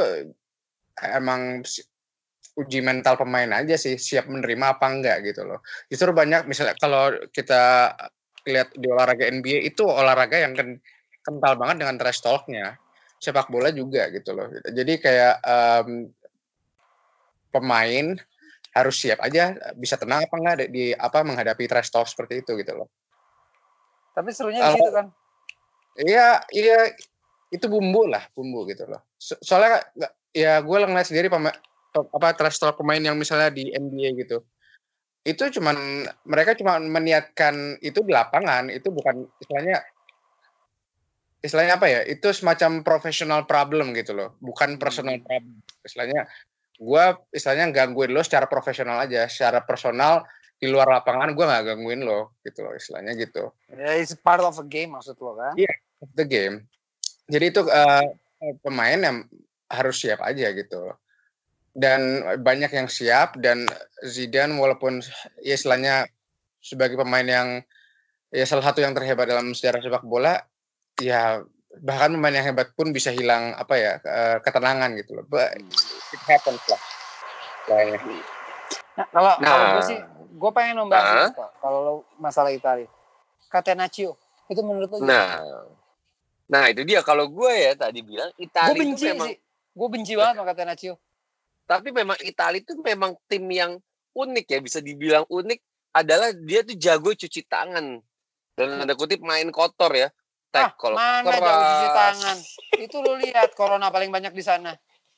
D: emang si- uji mental pemain aja sih, siap menerima apa enggak gitu loh. Justru banyak misalnya kalau kita lihat di olahraga N B A itu olahraga yang ken- kental banget dengan trash talk-nya. Sepak bola juga gitu loh. Jadi kayak em, pemain harus siap aja, bisa tenang apa enggak di, di apa menghadapi trash talk seperti itu gitu loh.
C: Tapi serunya di
D: Kalau-
C: situ kan.
D: Iya, iya itu bumbu lah, bumbu gitu loh. So- soalnya nggak- ya gue ngeliat sendiri pema- apa trash talk pemain yang misalnya di N B A gitu. Itu cuman mereka cuma meniatkan itu di lapangan, itu bukan istilahnya istilahnya apa ya? Itu semacam professional problem gitu loh, bukan personal problem. Istilahnya gue istilahnya gangguin lo secara profesional aja, secara personal di luar lapangan gue nggak gangguin lo gitu loh, istilahnya gitu.
C: Ya, it's part of a game maksud lo kan.
D: Iya. Of the game. Jadi itu uh, pemain yang harus siap aja gitu. Dan banyak yang siap, dan Zidane walaupun ya istilahnya sebagai pemain yang ya salah satu yang terhebat dalam sejarah sepak bola, ya bahkan pemain yang hebat pun bisa hilang apa ya uh, ketenangan gitu loh. But it happens lah.
C: Nah, kalau
A: Nah.
C: kalau gue sih, gue pengen membahas
A: Hah?
C: itu, Pak. Kalau lo masalah Italia, Catenaccio itu menurut lo gimana?
A: Nah, nah itu dia kalau gue ya tadi bilang
C: Gue
A: Italia itu
C: benci
A: memang,
C: sih, gue benci banget sama Catenaccio.
A: tapi memang Italia itu memang tim yang unik ya, bisa dibilang unik adalah dia tuh jago cuci tangan dan tanda kutip main kotor ya.
C: Ah,
A: Tackle
C: mana
A: keras.
C: jauh cuci tangan? Itu lo lihat corona paling banyak di sana.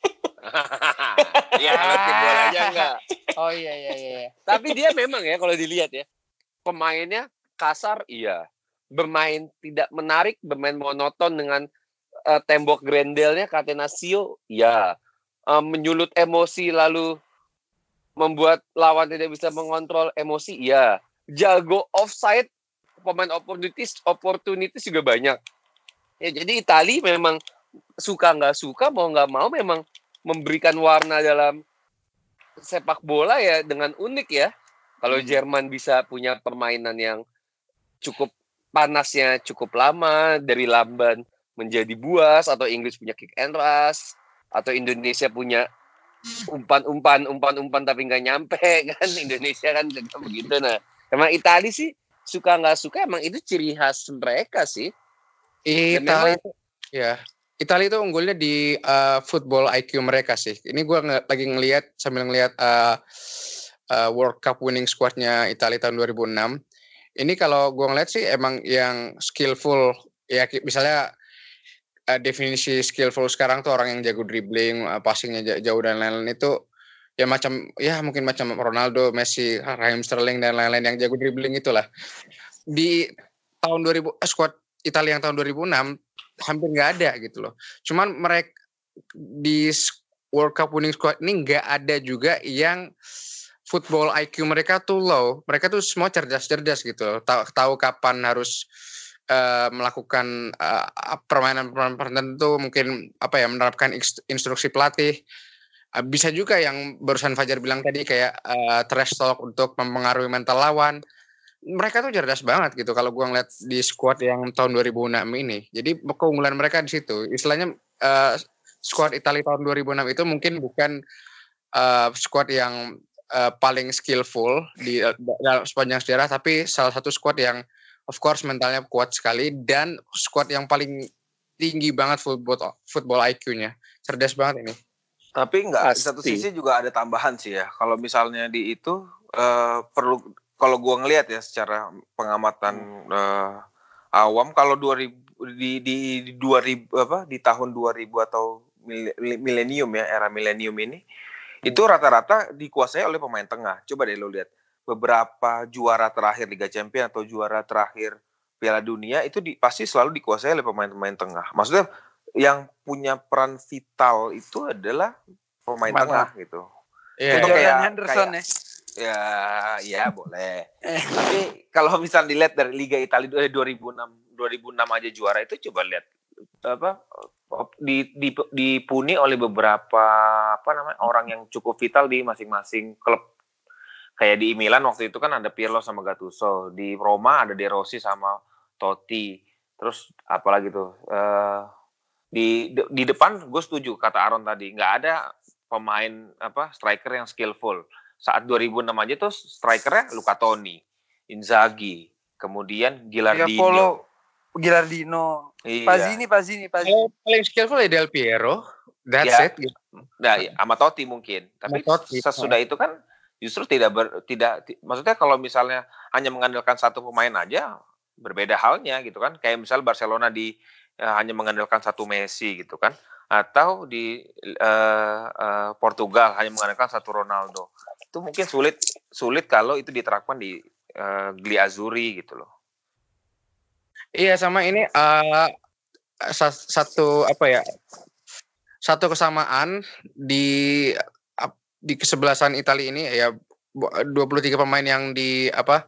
A: Ya kalau tim bolanya enggak.
C: Oh iya iya iya.
A: Tapi dia memang ya kalau dilihat ya, pemainnya kasar iya. Bermain tidak menarik, bermain monoton dengan uh, tembok grendelnya Catenaccio iya. Uh, menyulut emosi lalu membuat lawan tidak bisa mengontrol emosi iya. Jago offside, pemain opportunities opportunities juga banyak. Ya jadi Italia memang suka nggak suka mau nggak mau memang memberikan warna dalam sepak bola ya dengan unik ya. Kalau
C: Hmm.
A: Jerman bisa punya permainan yang cukup panasnya cukup lama dari lamban menjadi buas, atau Inggris punya kick and rush, atau Indonesia punya umpan-umpan umpan-umpan tapi nggak nyampe kan, Indonesia kan juga begitu. Nah, emang Italia sih suka nggak suka emang itu ciri khas mereka sih. Dan
D: Italia
A: memang-
D: itu ya Italia itu unggulnya di uh, football I Q mereka sih. Ini gue nge- lagi ngelihat sambil ngelihat uh, uh, World Cup winning squadnya Italia tahun dua ribu enam. Ini kalau gue ngeliat sih emang yang skillful ya, misalnya uh, definisi skillful sekarang tuh orang yang jago dribbling, uh, passingnya jauh dan lain-lain itu ya macam ya mungkin macam Ronaldo, Messi, Raheem Sterling dan lain-lain yang jago dribbling itulah. Di tahun dua ribu eh, squad Italia yang tahun dua ribu enam hampir nggak ada gitu loh. Cuman mereka di World Cup winning squad ini nggak ada juga yang football I Q mereka tuh low. Mereka tuh semua cerdas-cerdas gitu loh. Tahu tahu kapan harus uh, melakukan uh, permainan-permainan tertentu, mungkin apa ya menerapkan instruksi pelatih. Uh, bisa juga yang barusan Fajar bilang tadi kayak uh, trash talk untuk mempengaruhi mental lawan. Mereka tuh cerdas banget gitu kalau gue ngeliat di squad yang tahun dua ribu enam ini. Jadi keunggulan mereka di situ. Istilahnya uh, squad Italia tahun dua ribu enam itu mungkin bukan uh, squad yang uh, paling skillful di dalam sepanjang sejarah, tapi salah satu squad yang of course mentalnya kuat sekali dan squad yang paling tinggi banget football football I Q-nya. Cerdas banget ini.
B: Tapi enggak, di
A: Pasti.
B: satu sisi juga ada tambahan sih ya. Kalau misalnya di itu uh, perlu, kalau gua ngelihat ya secara pengamatan hmm. uh, awam, kalau dua ribu di di di dua ribu apa di tahun dua ribu atau milenium ya, era milenium ini hmm. itu rata-rata dikuasai oleh pemain tengah. Coba deh lo lihat beberapa juara terakhir Liga Champions atau juara terakhir Piala Dunia itu di, pasti selalu dikuasai oleh pemain-pemain tengah. Maksudnya yang punya peran vital itu adalah pemain
C: Mantap.
B: tengah gitu.
C: Yeah,
B: Contoh
C: yeah.
B: kayak
C: Henderson
B: kayak,
C: ya.
B: Ya, ya boleh. Tapi kalau misalnya dilihat dari Liga Italia dua ribu enam aja juara itu, coba lihat apa di, di dipuni oleh beberapa apa namanya orang yang cukup vital di masing-masing klub. Kayak di Milan waktu itu kan ada Pirlo sama Gattuso, di Roma ada De Rossi sama Totti. Terus apalagi tuh uh, di di depan gue setuju kata Aaron tadi, nggak ada pemain apa striker yang skillful. Saat dua ribu enam aja tuh strikernya Luca Toni, Inzaghi, kemudian Gilardino,
C: Gilardino,
B: iya.
C: Pazzini, Pazzini, Pazzini.
D: Kalau paling skillful ya Del Piero, that's
B: ya.
D: it. Gitu.
B: Nah, ya, sama Totti mungkin. Tapi
D: Totti,
B: sesudah itu kan justru tidak ber, tidak t- maksudnya kalau misalnya hanya mengandalkan satu pemain aja berbeda halnya gitu kan. Kayak misal Barcelona di ya, hanya mengandalkan satu Messi gitu kan. Atau di uh, uh, Portugal hanya mengandalkan satu Ronaldo. Itu mungkin sulit sulit kalau itu diterapkan di uh, Gli Azzurri gitu loh.
D: Iya, sama ini uh, satu apa ya? Satu kesamaan di di kesebelasan Italia ini ya dua puluh tiga pemain yang di apa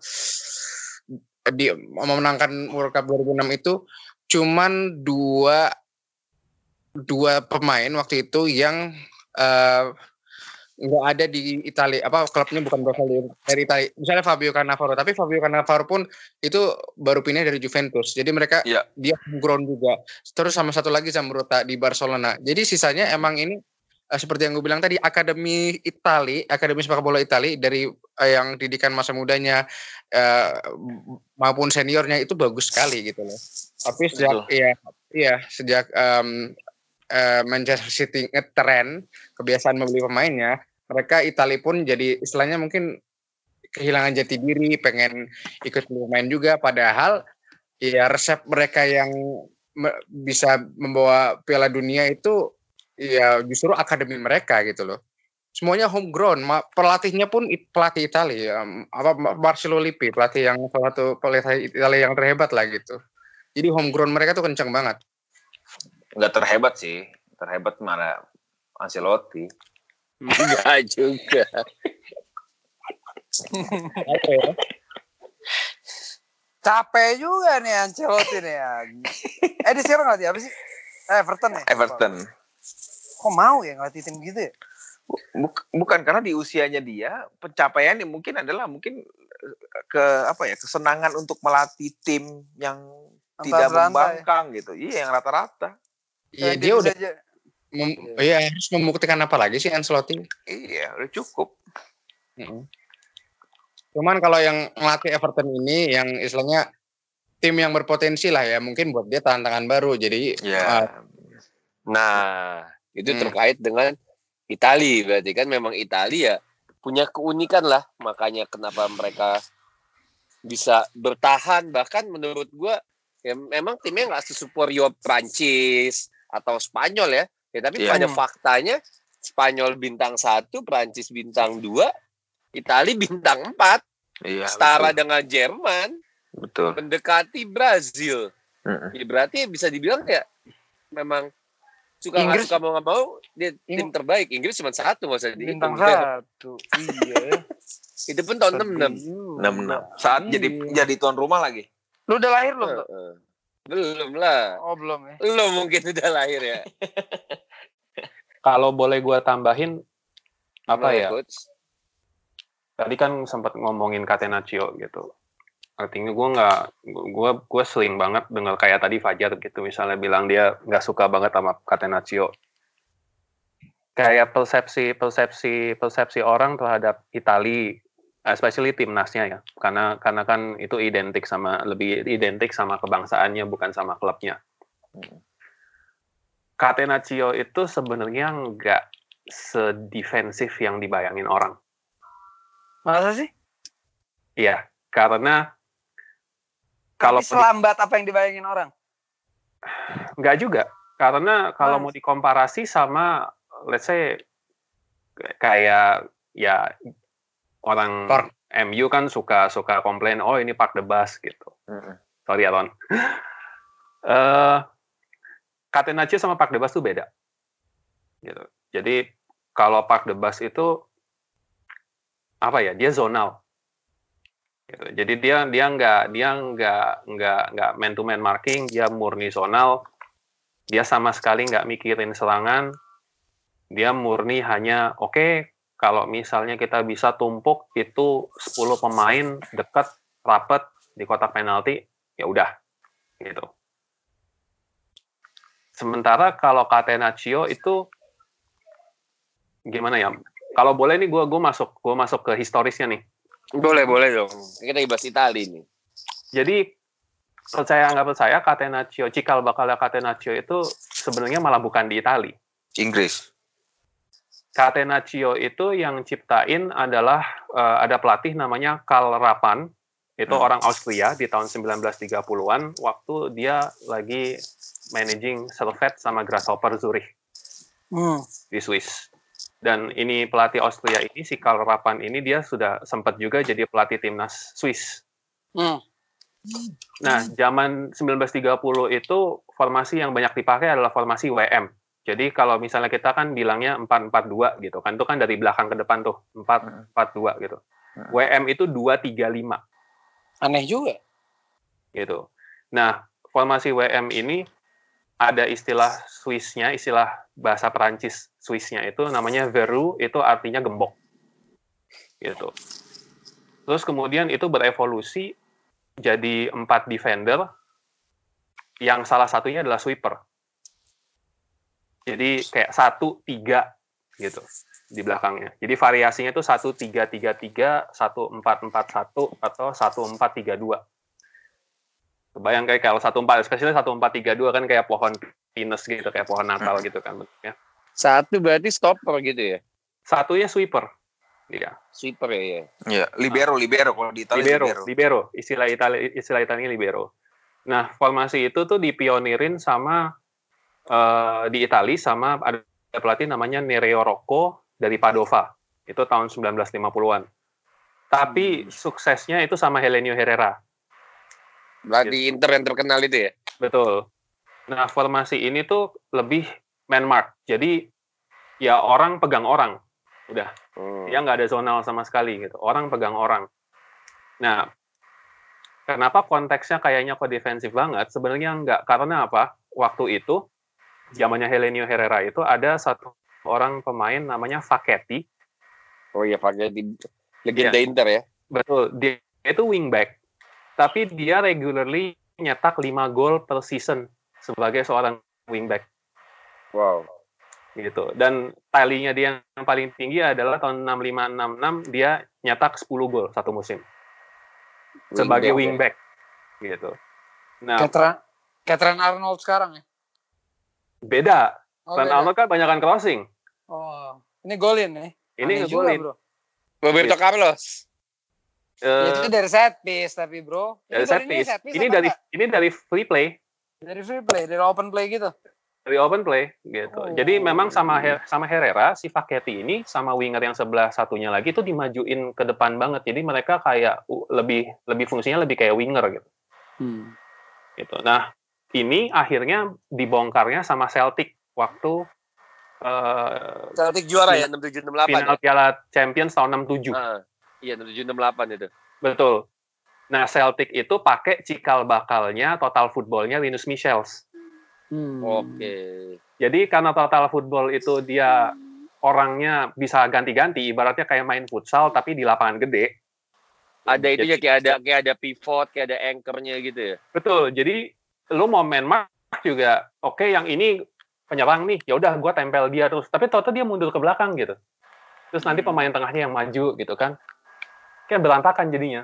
D: di memenangkan World Cup dua ribu enam itu cuman dua dua pemain waktu itu yang uh, nggak ada di Italia, apa klubnya bukan berasal dari Italia. Misalnya Fabio Cannavaro, tapi Fabio Cannavaro pun itu baru pindah dari Juventus. Jadi mereka
B: Iya.
D: dia homegrown juga. Terus sama satu lagi Zambrotta di Barcelona. Jadi sisanya emang ini uh, seperti yang gue bilang tadi, akademi Itali, akademi sepak bola Itali dari uh, yang didikan masa mudanya uh, maupun seniornya itu bagus sekali gitu loh. Tapi sejak iya iya sejak um, uh, Manchester City ngetren kebiasaan membeli pemainnya, mereka Italia pun jadi istilahnya mungkin kehilangan jati diri, pengen ikut bermain juga, padahal ya resep mereka yang me- bisa membawa Piala Dunia itu ya justru akademi mereka gitu loh. Semuanya homegrown, Ma- pelatihnya pun it- pelatih Italia, um, apa Marcello Lippi, pelatih yang salah satu pelatih Italia yang terhebat lah gitu. Jadi homegrown mereka tuh kencang banget.
B: Nggak terhebat sih, terhebat malah Ancelotti.
A: Enggak juga.
D: Apa ya?
C: Capek juga nih Ancelotti nih ya. Eh dia sekarang ngelatih apa sih? Eh, Everton ya?
B: Everton.
C: Kok mau ya ngelatih tim gitu ya?
B: Buk- bukan karena di usianya dia pencapaiannya mungkin adalah mungkin ke apa ya kesenangan untuk melatih tim yang
C: Antar
B: tidak
C: berantai.
B: membangkang gitu. Iya yang rata-rata.
D: Iya
C: Dan
D: dia
C: bisa
D: udah
C: aja-
D: mem- ya harus membuktikan apa lagi sih Ancelotti?
B: Iya udah cukup.
D: Mm-mm. Cuman kalau yang ngelatih Everton ini yang istilahnya tim yang berpotensi lah ya, mungkin buat dia tantangan baru. Jadi
B: Iya.
D: uh,
A: Nah, itu
D: Hmm.
A: terkait dengan Itali. Berarti kan memang Italia punya keunikan lah. Makanya kenapa mereka bisa bertahan. Bahkan menurut gua ya memang timnya nggak sesuperior Prancis atau Spanyol ya. Ya tapi
B: Iya.
A: pada
C: Hmm.
A: faktanya Spanyol bintang satu, Prancis bintang dua, Itali bintang empat.
B: Iya.
A: Setara
B: betul.
A: dengan Jerman,
B: Betul.
A: mendekati Brazil.
B: Mm-mm.
A: Ya, berarti bisa dibilang ya memang suka nggak
C: Inggris-
A: suka mau nggak mau dia tim
C: Ing-
A: terbaik. Inggris cuma satu nggak usah
C: bintang
A: dihitung.
C: satu. Iya.
A: Itu pun tahun enam enam.
B: enam enam Saat
C: Iya.
B: jadi jadi tuan rumah lagi.
C: Lu udah lahir belum tuh?
A: Belum lah.
C: Oh belum ya.
A: Lo mungkin udah lahir ya.
E: Kalau boleh gue tambahin, apa
A: Gimana,
E: ya?
A: Coach?
E: Tadi kan sempat ngomongin Catenaccio gitu. Artinya gue nggak, gue gue sering banget dengar kayak tadi Fajar gitu, misalnya bilang dia nggak suka banget sama Catenaccio. Kayak persepsi persepsi persepsi orang terhadap Itali, especially timnasnya ya, karena karena kan itu identik sama lebih identik sama kebangsaannya bukan sama klubnya. Catenaccio itu sebenarnya nggak sedefensif yang dibayangin orang.
C: Masa sih?
E: Iya, karena
C: Kalau
E: kalau
C: selambat apa yang dibayangin orang?
E: nggak juga, karena kalau
C: Mas.
E: mau dikomparasi sama, let's say kayak ya orang
D: Park.
E: M U kan suka suka komplain, oh ini Park the Bus gitu.
B: Mm-mm.
E: Sorry ya Ron. Eh, Catenaccio sama Park the Bus tuh beda. Gitu. Jadi kalau Park the Bus itu apa ya? Dia zonal. Gitu. Jadi dia dia nggak dia nggak nggak nggak man to man marking, dia murni zonal. Dia sama sekali nggak mikirin serangan. Dia murni hanya oke okay, kalau misalnya kita bisa tumpuk itu sepuluh pemain dekat rapat di kotak penalti, ya udah gitu. Sementara kalau Catenaccio itu gimana ya? Kalau boleh nih gue gue masuk gue masuk ke historisnya nih.
A: Boleh boleh dong. Kita bahas Itali nih.
E: Jadi percaya nggak percaya Catenaccio, cikal bakalnya Catenaccio itu sebenarnya malah bukan di Itali.
B: Inggris.
E: Catenaccio itu yang ciptain adalah uh, ada pelatih namanya Karl Rappan, itu
B: Hmm.
E: orang Austria di tahun sembilan belas tiga puluhan waktu dia lagi managing Servette sama Grasshopper Zurich
C: Hmm.
E: di Swiss. Dan ini pelatih Austria ini, si Karl Rappan ini dia sudah sempat juga jadi pelatih timnas Swiss.
C: Hmm.
E: Nah, zaman sembilan belas tiga puluh itu formasi yang banyak dipakai adalah formasi W M. Jadi kalau misalnya kita kan bilangnya empat empat dua gitu kan, itu kan dari belakang ke depan tuh, empat empat dua gitu. W M itu dua tiga lima
C: Aneh juga.
E: gitu. Nah, formasi W M ini ada istilah Swissnya, istilah bahasa Perancis Swissnya itu namanya verrou, itu artinya gembok. Gitu. Terus kemudian itu berevolusi jadi empat defender, yang salah satunya adalah sweeper. Jadi kayak satu tiga gitu di belakangnya. Jadi variasinya itu satu tiga tiga tiga, satu empat empat satu atau satu empat tiga dua. Kebayang kayak kalau satu empat, especially satu empat tiga dua kan kayak pohon pinus gitu, kayak pohon Natal gitu kan bentuknya.
A: Satu berarti stopper gitu ya?
E: Satunya sweeper. Iya.
A: Sweeper ya, ya.
B: Iya, libero, libero kalau di Italia
E: Libero,
B: libero.
E: libero, istilah Italia istilah Italia libero. Nah, formasi itu tuh dipionirin sama uh, di Italia sama ada pelatih namanya Nereo Rocco dari Padova. Itu tahun sembilan belas lima puluhan. Tapi hmm. suksesnya itu sama Helenio Herrera.
A: Berarti gitu. Inter yang terkenal itu ya?
E: Betul. Nah, formasi ini tuh lebih man mark. Jadi ya orang pegang orang. Udah. Hmm. Dia nggak ada zonal sama sekali gitu. Orang pegang orang. Nah, kenapa konteksnya kayaknya kok defensif banget? Sebenarnya nggak. Karena apa? Waktu itu, zamannya Helenio Herrera itu ada satu orang pemain namanya Facchetti.
A: Oh iya, Facchetti. Legenda ya. Inter ya?
E: Betul. Dia itu wingback. Tapi dia regularly nyetak lima gol per season sebagai seorang wingback.
A: Wow.
E: Gitu. Dan talinya dia yang paling tinggi adalah tahun enam lima enam enam dia nyetak sepuluh gol satu musim. Sebagai wingback. Ya. Gitu. Nah,
C: Ketran, Ketran Arnold sekarang ya?
E: Beda.
C: Oh,
E: Ketran Arnold kan banyakan crossing.
C: Oh, ini golin ya?
E: Ini ngegolin.
A: Roberto Carlos.
C: Uh, itu dari set piece tapi bro.
E: Dari set piece. Ini dari enggak? Ini dari free play.
C: Dari free play, dari open play gitu.
E: Dari open play gitu. Oh. Jadi memang sama Her- sama Herrera si Facchetti ini sama winger yang sebelah satunya lagi itu dimajuin ke depan banget. Jadi mereka kayak uh, lebih lebih fungsinya lebih kayak winger gitu. Hmm. Gitu. Nah, ini akhirnya dibongkarnya sama Celtic waktu uh,
A: Celtic juara ya enam tujuh enam delapan.
E: Final ya? Piala Champions tahun enam tujuh.
A: Uh. Iya, enam tujuh enam delapan itu.
E: Betul. Nah, Celtic itu pakai cikal bakalnya Total Football-nya Rinus Michels.
A: Hmm. Oke. Okay.
E: Jadi karena Total Football itu dia orangnya bisa ganti-ganti, ibaratnya kayak main futsal tapi di lapangan gede.
A: Ada itu ya kayak ada kayak ada pivot, kayak ada anchor-nya gitu ya.
E: Betul. Jadi lu mau main mark juga, oke okay, yang ini penyerang nih, ya udah gua tempel dia terus. Tapi total dia mundur ke belakang gitu. Terus nanti pemain tengahnya yang maju gitu kan. Kayak berantakan jadinya.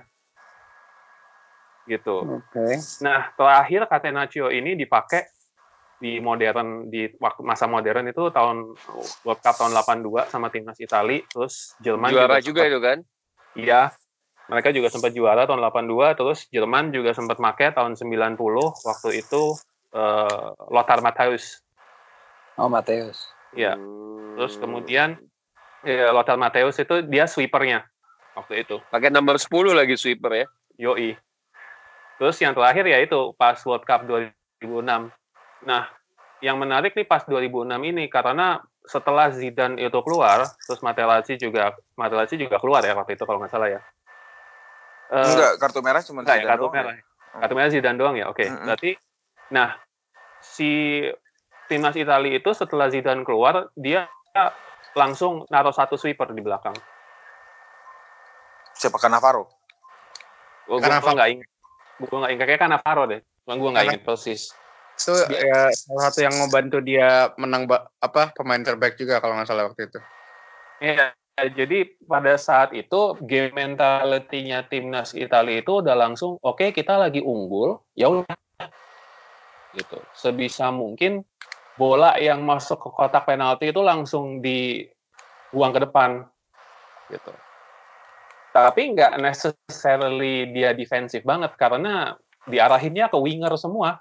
E: Gitu.
C: Oke. Okay.
E: Nah, terakhir Catenaccio ini dipakai di modern di waktu masa modern itu tahun World Cup tahun delapan dua sama timnas Italia, terus Jerman
A: juara juga,
E: juga sempat,
A: itu kan?
E: Iya. Mereka juga sempat juara tahun delapan dua, terus Jerman juga sempat make tahun sembilan puluh waktu itu uh, Lothar Matthäus.
C: Oh, Matthäus.
E: Iya. Hmm. Terus kemudian ya, Lothar Matthäus itu dia sweepernya waktu itu.
A: Pakai nomor sepuluh lagi sweeper ya.
E: Yoi. Terus yang terakhir ya itu pas World Cup dua ribu enam. Nah, yang menarik nih pas dua ribu enam ini karena setelah Zidane itu keluar, terus Materazzi juga Materazzi juga keluar ya waktu itu kalau nggak salah ya.
B: Uh, enggak, kartu merah cuma
E: Zidane
B: ya, kartu
E: doang. Merah. Ya? Kartu merah Zidane doang ya. Oke. Okay. Mm-hmm. Berarti nah, si timnas Italia itu setelah Zidane keluar, dia langsung naruh satu sweeper di belakang.
B: Siapa Cannavaro?
E: Gue nggak ingat. Gue nggak ingat kayak Cannavaro deh. Gue nggak ingat persis.
D: Itu ya salah satu yang membantu dia menang apa pemain terbaik juga kalau nggak salah waktu itu.
E: Iya, jadi pada saat itu game mentality-nya timnas Italia itu udah langsung oke okay, kita lagi unggul, ya udah gitu. Sebisa mungkin bola yang masuk ke kotak penalti itu langsung dibuang ke depan gitu. Tapi nggak necessarily dia defensif banget karena diarahinnya ke winger semua.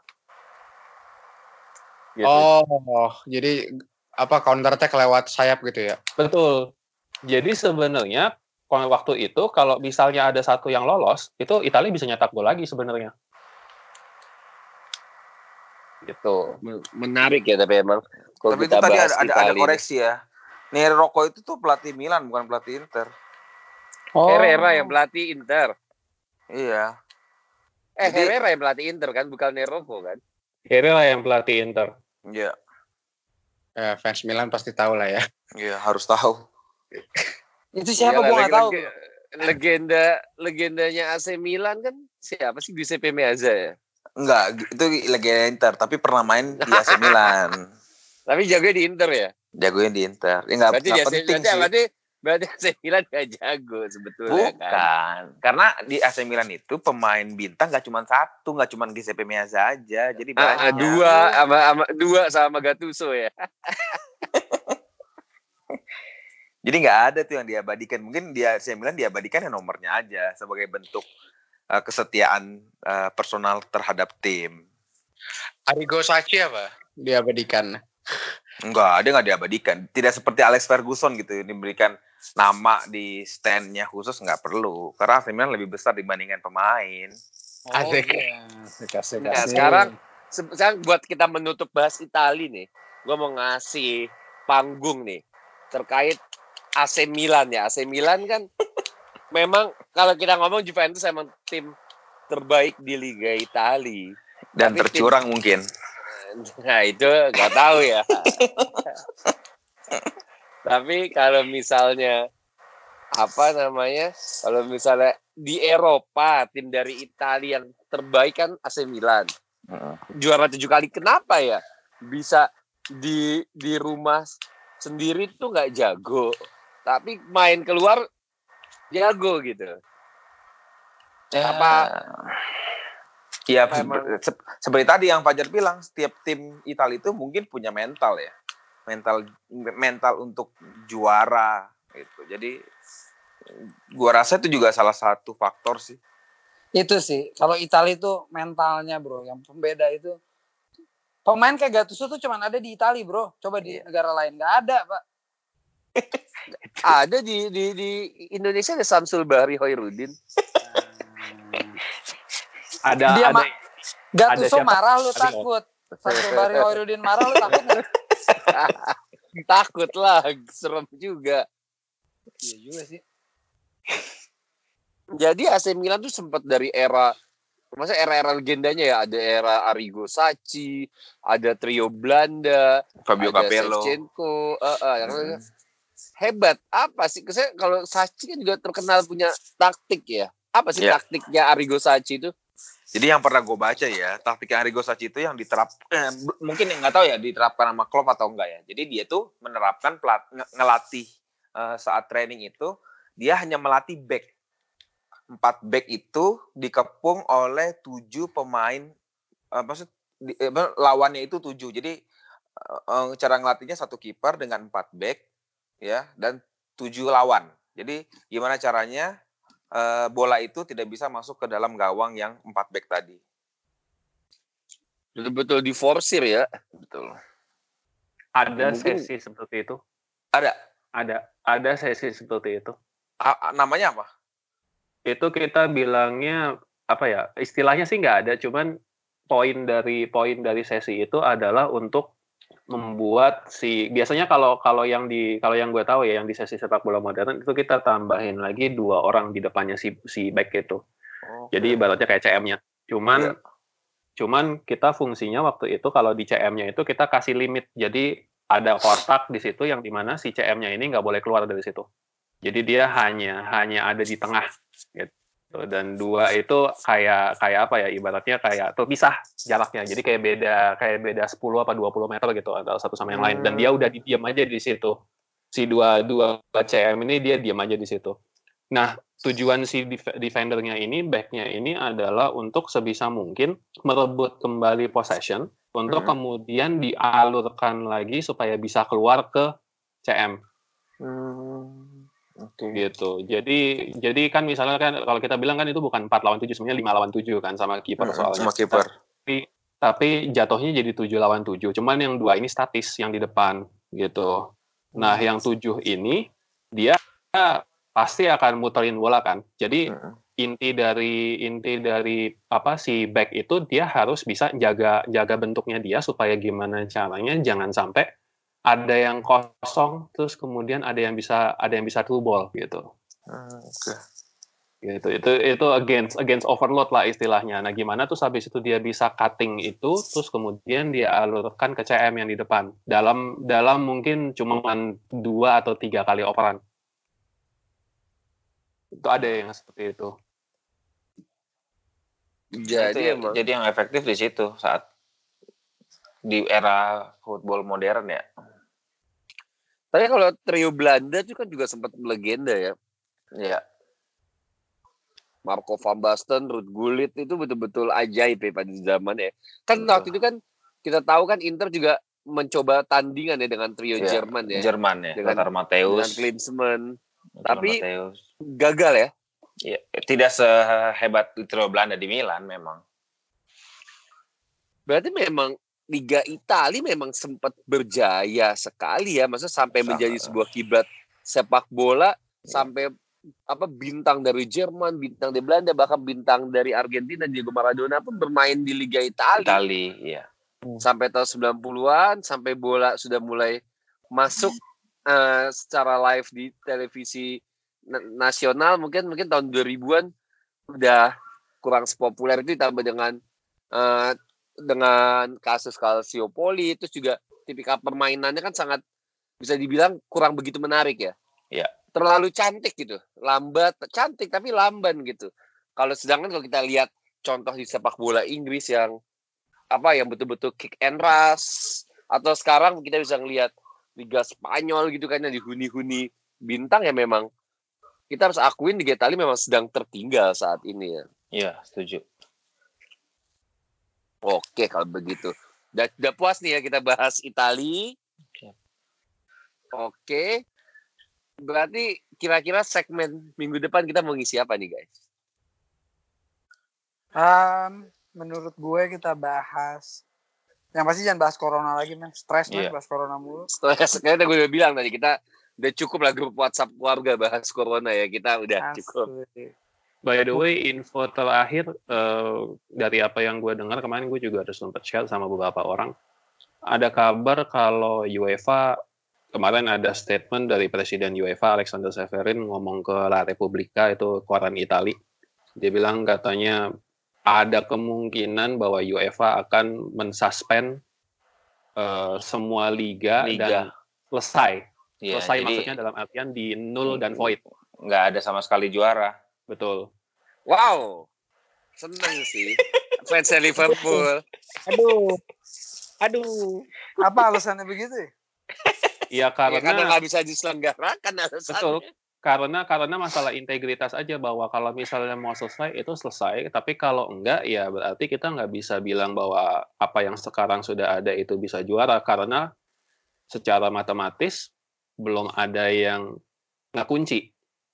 D: Gitu. Oh, jadi apa counter attack lewat sayap gitu ya?
E: Betul. Jadi sebenarnya waktu itu kalau misalnya ada satu yang lolos, itu Italia bisa nyetak gol lagi sebenarnya. Gitu.
A: Menarik ya tapi emang.
B: Tapi itu tadi ada, ada, ada koreksi ya. Nereo Rocco itu tuh pelatih Milan bukan pelatih Inter.
A: Oh. Herrera yang pelatih Inter.
B: Iya.
A: Eh Jadi, Herrera yang pelatih Inter kan, bukan Nereo Rocco kan?
E: Kira lah yang pelatih Inter.
B: Iya.
D: Eh, fans Milan pasti tahu lah ya.
B: Iya, harus tahu.
C: Itu siapa gue
A: Iyalah,
C: nggak
A: leg-
C: tahu.
A: leg- legenda legendanya A C Milan kan siapa sih? Giuseppe Meazza ya.
B: Enggak, itu legenda Inter, tapi pernah main di A C Milan.
A: Tapi jago di Inter ya.
B: Jagonya di Inter. Ya enggak
A: Berarti di A C
B: penting
A: berarti,
B: sih.
A: berarti berarti A C Milan gak jago sebetulnya
B: Bukan,
A: kan.
B: karena di A C Milan itu pemain bintang gak cuma satu, gak cuma Giuseppe Meazza aja, jadi
A: Ah,
B: banyak.
A: dua sama, sama dua sama Gattuso ya.
B: Jadi nggak ada tuh yang diabadikan. Mungkin di A C Milan diabadikan ya nomornya aja sebagai bentuk uh, kesetiaan uh, personal terhadap tim.
D: Arrigo Sacchi apa? Diabadikan.
B: Enggak, dia nggak diabadikan. Tidak seperti Alex Ferguson gitu, diberikan nama di stand-nya khusus, nggak perlu. Karena A C Milan lebih besar dibandingkan pemain.
C: Oh,
D: Asik.
C: iya.
D: Kasih
A: Nah,
D: kasih.
A: sekarang se- sekarang buat kita menutup bahas Itali nih, gue mau ngasih panggung nih terkait A C Milan ya. A C Milan kan memang kalau kita ngomong Juventus emang tim terbaik di Liga Italia.
B: Dan
A: Tapi
B: tercurang mungkin.
A: Nah itu nggak tahu ya. Tapi kalau misalnya apa namanya, kalau misalnya di Eropa tim dari Italia yang terbaik kan A C Milan,
B: Heeh.
A: juara tujuh kali. Kenapa ya bisa di di rumah sendiri tuh nggak jago, tapi main keluar jago gitu? Apa
B: Ya,
A: Memang-
B: se- seperti tadi yang Fajar bilang, setiap tim Italia itu mungkin punya mental ya, mental mental untuk juara gitu. Jadi, gua rasa itu juga salah satu faktor sih.
C: Itu sih. Kalau Italia itu mentalnya bro. Yang pembeda itu. Pemain kayak Gattuso tuh cuma ada di Italia bro. Coba di
B: Iya.
C: negara lain. Nggak ada pak.
A: ada di di di Indonesia ada Samsul Bahri Hoirudin.
E: Ada
C: Dia
E: ada
C: ma- Gattuso
E: siapa?
C: marah lu
E: Ada
C: takut. Samsul Bahri Hoirudin marah lu takut nggak?
A: Takut lah, serem juga.
C: Iya juga sih.
A: Jadi A C Milan tuh sempat dari era, maksudnya era-era legendanya ya, ada era Arrigo Sacchi, ada trio Belanda,
B: Fabio
A: ada
B: Capello.
A: Shevchenko, uh, uh, yang
B: Hmm.
A: hebat. Apa sih? Saya kalau Sacchi kan juga terkenal punya taktik ya. Apa sih
B: Iya.
A: taktiknya Arrigo Sacchi itu?
B: Jadi yang pernah gue baca ya, taktik Arrigo Sacchi itu yang diterap, eh, mungkin yang nggak tahu ya diterapkan sama Klopp atau enggak ya. Jadi dia tuh menerapkan pelat, nge- ngelatih uh, saat training itu, dia hanya melatih back. Empat back itu dikepung oleh tujuh pemain, uh, maksud di, eh, lawannya itu tujuh. Jadi uh, cara ngelatihnya satu kiper dengan empat back, ya, dan tujuh lawan. Jadi gimana caranya? Uh, bola itu tidak bisa masuk ke dalam gawang yang empat back tadi.
A: Betul-betul diforsir ya.
B: Betul.
E: ada
A: Mungkin-
E: sesi seperti itu.
B: Ada.
E: Ada ada sesi seperti itu.
B: A- a- namanya apa?
E: Itu kita bilangnya apa ya? Istilahnya sih nggak ada, cuman poin dari poin dari sesi itu adalah untuk membuat si biasanya kalau kalau yang di kalau yang gue tahu ya yang di sesi sepak bola modern itu kita tambahin lagi dua orang di depannya si si back itu.
B: Oh,
E: Jadi ibaratnya kayak C M-nya. Cuman
B: Iya.
E: cuman kita fungsinya waktu itu kalau di C M-nya itu kita kasih limit. Jadi ada kotak di situ yang dimana si C M-nya ini nggak boleh keluar dari situ. Jadi dia hanya hanya ada di tengah gitu. Dan dua itu kayak kayak apa ya ibaratnya kayak terpisah jaraknya. Jadi kayak beda kayak beda sepuluh apa dua puluh meter gitu antara satu sama yang lain. Dan dia udah diam aja di situ. Si dua dua C M ini dia diam aja di situ. Nah, tujuan si def- defendernya ini, backnya ini adalah untuk sebisa mungkin merebut kembali possession untuk
B: Hmm.
E: kemudian dialurkan lagi supaya bisa keluar ke C M
B: Hmm, oke.
E: gitu. Jadi jadi kan misalnya kan kalau kita bilang kan itu bukan empat lawan tujuh sebenarnya lima lawan tujuh kan sama kiper
B: Hmm,
E: soalnya.
B: sama kiper.
E: Tapi tapi jatuhnya jadi tujuh lawan tujuh. Cuman yang dua ini statis yang di depan gitu. Nah, yang tujuh ini dia pasti akan muterin bola kan. Jadi
B: Hmm.
E: inti dari inti dari apa si back itu dia harus bisa jaga jaga bentuknya dia supaya gimana caranya jangan sampai ada yang kosong terus kemudian ada yang bisa ada yang bisa through ball gitu.
B: Hmm, oke.
E: Gitu. Itu itu against against overload lah istilahnya. Nah, gimana tuh habis itu dia bisa cutting itu terus kemudian dia alurkan ke C M yang di depan. Dalam dalam mungkin cuma dua atau tiga kali operan. Itu ada yang seperti itu.
B: Jadi itu, emang. Jadi yang efektif di situ saat di era football modern ya.
A: Tapi kalau trio Belanda itu kan juga sempat legenda ya.
B: Iya.
A: Marco van Basten, Ruud Gullit itu betul-betul ajaib ya pada zaman ya. Kan betul. Waktu itu kan kita tahu kan Inter juga mencoba tandingan ya dengan trio ya, Jerman ya.
B: Jerman ya.
A: Dengan
B: Lothar Matthäus.
A: Dengan Klinsmann. Tapi
B: Matthäus.
A: Gagal ya.
B: Ya, tidak sehebat trio Belanda di Milan memang.
A: Berarti memang Liga Italia memang sempat berjaya sekali ya, maksudnya sampai Sangat. menjadi sebuah kiblat sepak bola, ya. Sampai apa bintang dari Jerman, bintang dari Belanda, bahkan bintang dari Argentina, Diego Maradona pun bermain di Liga Italia.
B: Italia, iya.
A: Sampai tahun sembilan puluhan, sampai bola sudah mulai masuk uh, secara live di televisi nasional, mungkin mungkin tahun dua ribuan udah kurang sepopuler itu, ditambah dengan uh, dengan kasus Calciopoli, terus juga tipikal permainannya kan sangat bisa dibilang kurang begitu menarik ya.
B: Iya.
A: Terlalu cantik gitu, lambat, cantik tapi lamban gitu. Kalau sedangkan kalau kita lihat contoh di sepak bola Inggris yang apa yang betul-betul kick and rush, atau sekarang kita bisa ngelihat Liga Spanyol gitu kan yang dihuni-huni bintang, ya memang kita harus akuin Liga Italia memang sedang tertinggal saat ini ya.
B: Iya, setuju.
A: Oke, kalau begitu. Udah, udah puas nih ya kita bahas Italia. Oke. Berarti kira-kira segmen minggu depan kita mau ngisi apa nih, guys?
C: Um, menurut gue kita bahas, yang pasti jangan bahas corona lagi, men. Stres, men, yeah. bahas corona mulu.
A: Stres, kayaknya gue udah bilang tadi, kita udah cukup lah grup WhatsApp keluarga bahas corona ya. Kita udah Asli. cukup.
E: By the way, info terakhir uh, dari apa yang gue dengar kemarin, gue juga ada sempat share sama beberapa orang. Ada kabar kalau UEFA, kemarin ada statement dari Presiden UEFA Alexander Severin ngomong ke La Repubblica, itu koran Itali. Dia bilang katanya ada kemungkinan bahwa UEFA akan mensuspend uh, semua liga, liga dan selesai. Ya, selesai jadi, maksudnya dalam artian di null dan void.
B: Nggak ada sama sekali juara.
E: Betul.
A: Wow, seneng sih. Fans Liverpool.
C: Aduh, aduh. Apa alasannya begitu?
E: Ya karena,
A: ya, karena nggak bisa diselenggarakan alasannya.
E: Betul. Karena karena masalah integritas aja, bahwa kalau misalnya mau selesai itu selesai, tapi kalau enggak ya berarti kita nggak bisa bilang bahwa apa yang sekarang sudah ada itu bisa juara, karena secara matematis belum ada yang nggak kunci.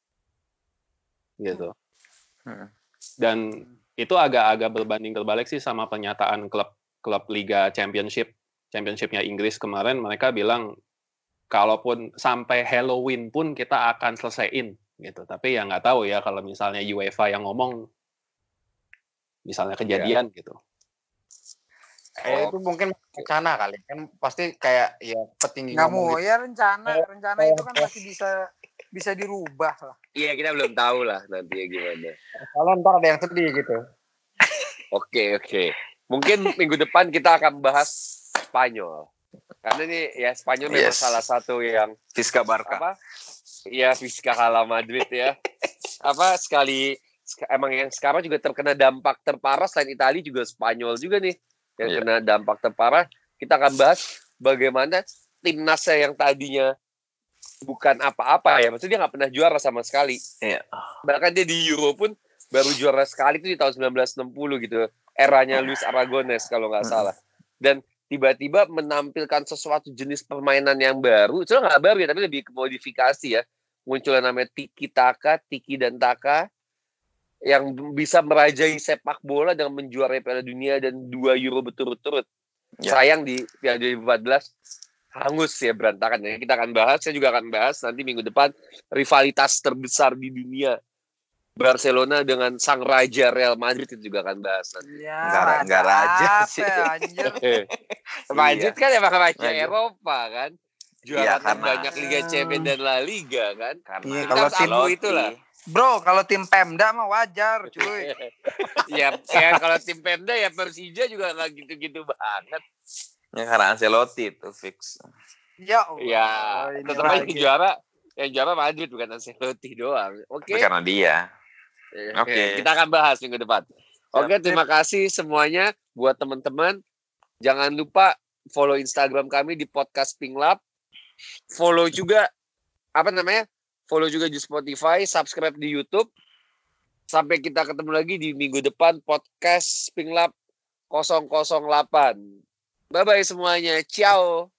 E: Gitu. Hmm. Dan itu agak-agak berbanding terbalik sih sama pernyataan klub klub Liga Championship Championship-nya Inggris kemarin. Mereka bilang kalaupun sampai Halloween pun kita akan selesaiin gitu. Tapi ya nggak tahu ya kalau misalnya UEFA yang ngomong misalnya kejadian ya. Gitu.
D: Eh, oh. Itu mungkin rencana kali kan, pasti kayak ya petinggi
C: nggak mau gitu. Ya rencana rencana itu kan masih bisa bisa dirubah lah.
A: Iya, kita belum tahu lah nanti ya gimana.
D: Kalau ntar ada yang sedih gitu.
A: Oke oke. Mungkin minggu depan kita akan bahas Spanyol. Karena ini ya Spanyol memang yes. salah satu yang
B: Fisca Barca.
A: Apa? Iya, Fisca kalah Madrid ya. Apa sekali emang yang sekarang juga terkena dampak terparah selain Italia juga Spanyol juga nih yang yeah. kena dampak terparah. Kita akan bahas bagaimana timnasnya yang tadinya bukan apa-apa ya, maksudnya dia nggak pernah juara sama sekali. Yeah. Bahkan dia di Euro pun baru juara sekali itu di tahun sembilan belas enam puluh gitu, eranya Luis Aragonés kalau nggak salah. Dan tiba-tiba menampilkan sesuatu jenis permainan yang baru, itu nggak baru ya, tapi lebih modifikasi ya. Munculnya namanya Tiki Taka, Tiki dan Taka, yang bisa merajai sepak bola dengan menjuarai Piala Dunia dan dua Euro berturut-turut. Yeah. Sayang di Piala dua ribu empat belas hangus ya, berantakan ya. Kita akan bahas, saya juga akan bahas nanti minggu depan rivalitas terbesar di dunia Barcelona dengan sang raja Real Madrid, itu juga akan bahas nanti.
C: Ya,
B: enggak, enggak raja sih.
A: Madrid kan emang raja Raja. Eropa kan. Juara ya, banyak Liga Champions dan La Liga kan.
C: Karena iya, kalau tim
A: itulah.
C: Bro, kalau tim Pemda mah wajar, cuy.
A: ya, ya kalau tim Pemda ya Persija juga nggak gitu-gitu banget.
B: Ya karena Ancelotti itu fix.
C: Ya Allah.
A: Ya,
C: ini
A: tetap aja
C: lagi.
A: juara. Yang juara Madrid bukan Ancelotti doang. Oke.
B: Tapi karena dia.
A: Oke.
B: Oke.
A: Kita akan bahas minggu depan. Oke, terima kasih semuanya buat teman-teman. Jangan lupa follow Instagram kami di Podcast Pink Lab. Follow juga apa namanya? Follow juga di Spotify, subscribe di YouTube. Sampai kita ketemu lagi di minggu depan Podcast Pink Lab nol nol delapan. Bye-bye semuanya. Ciao.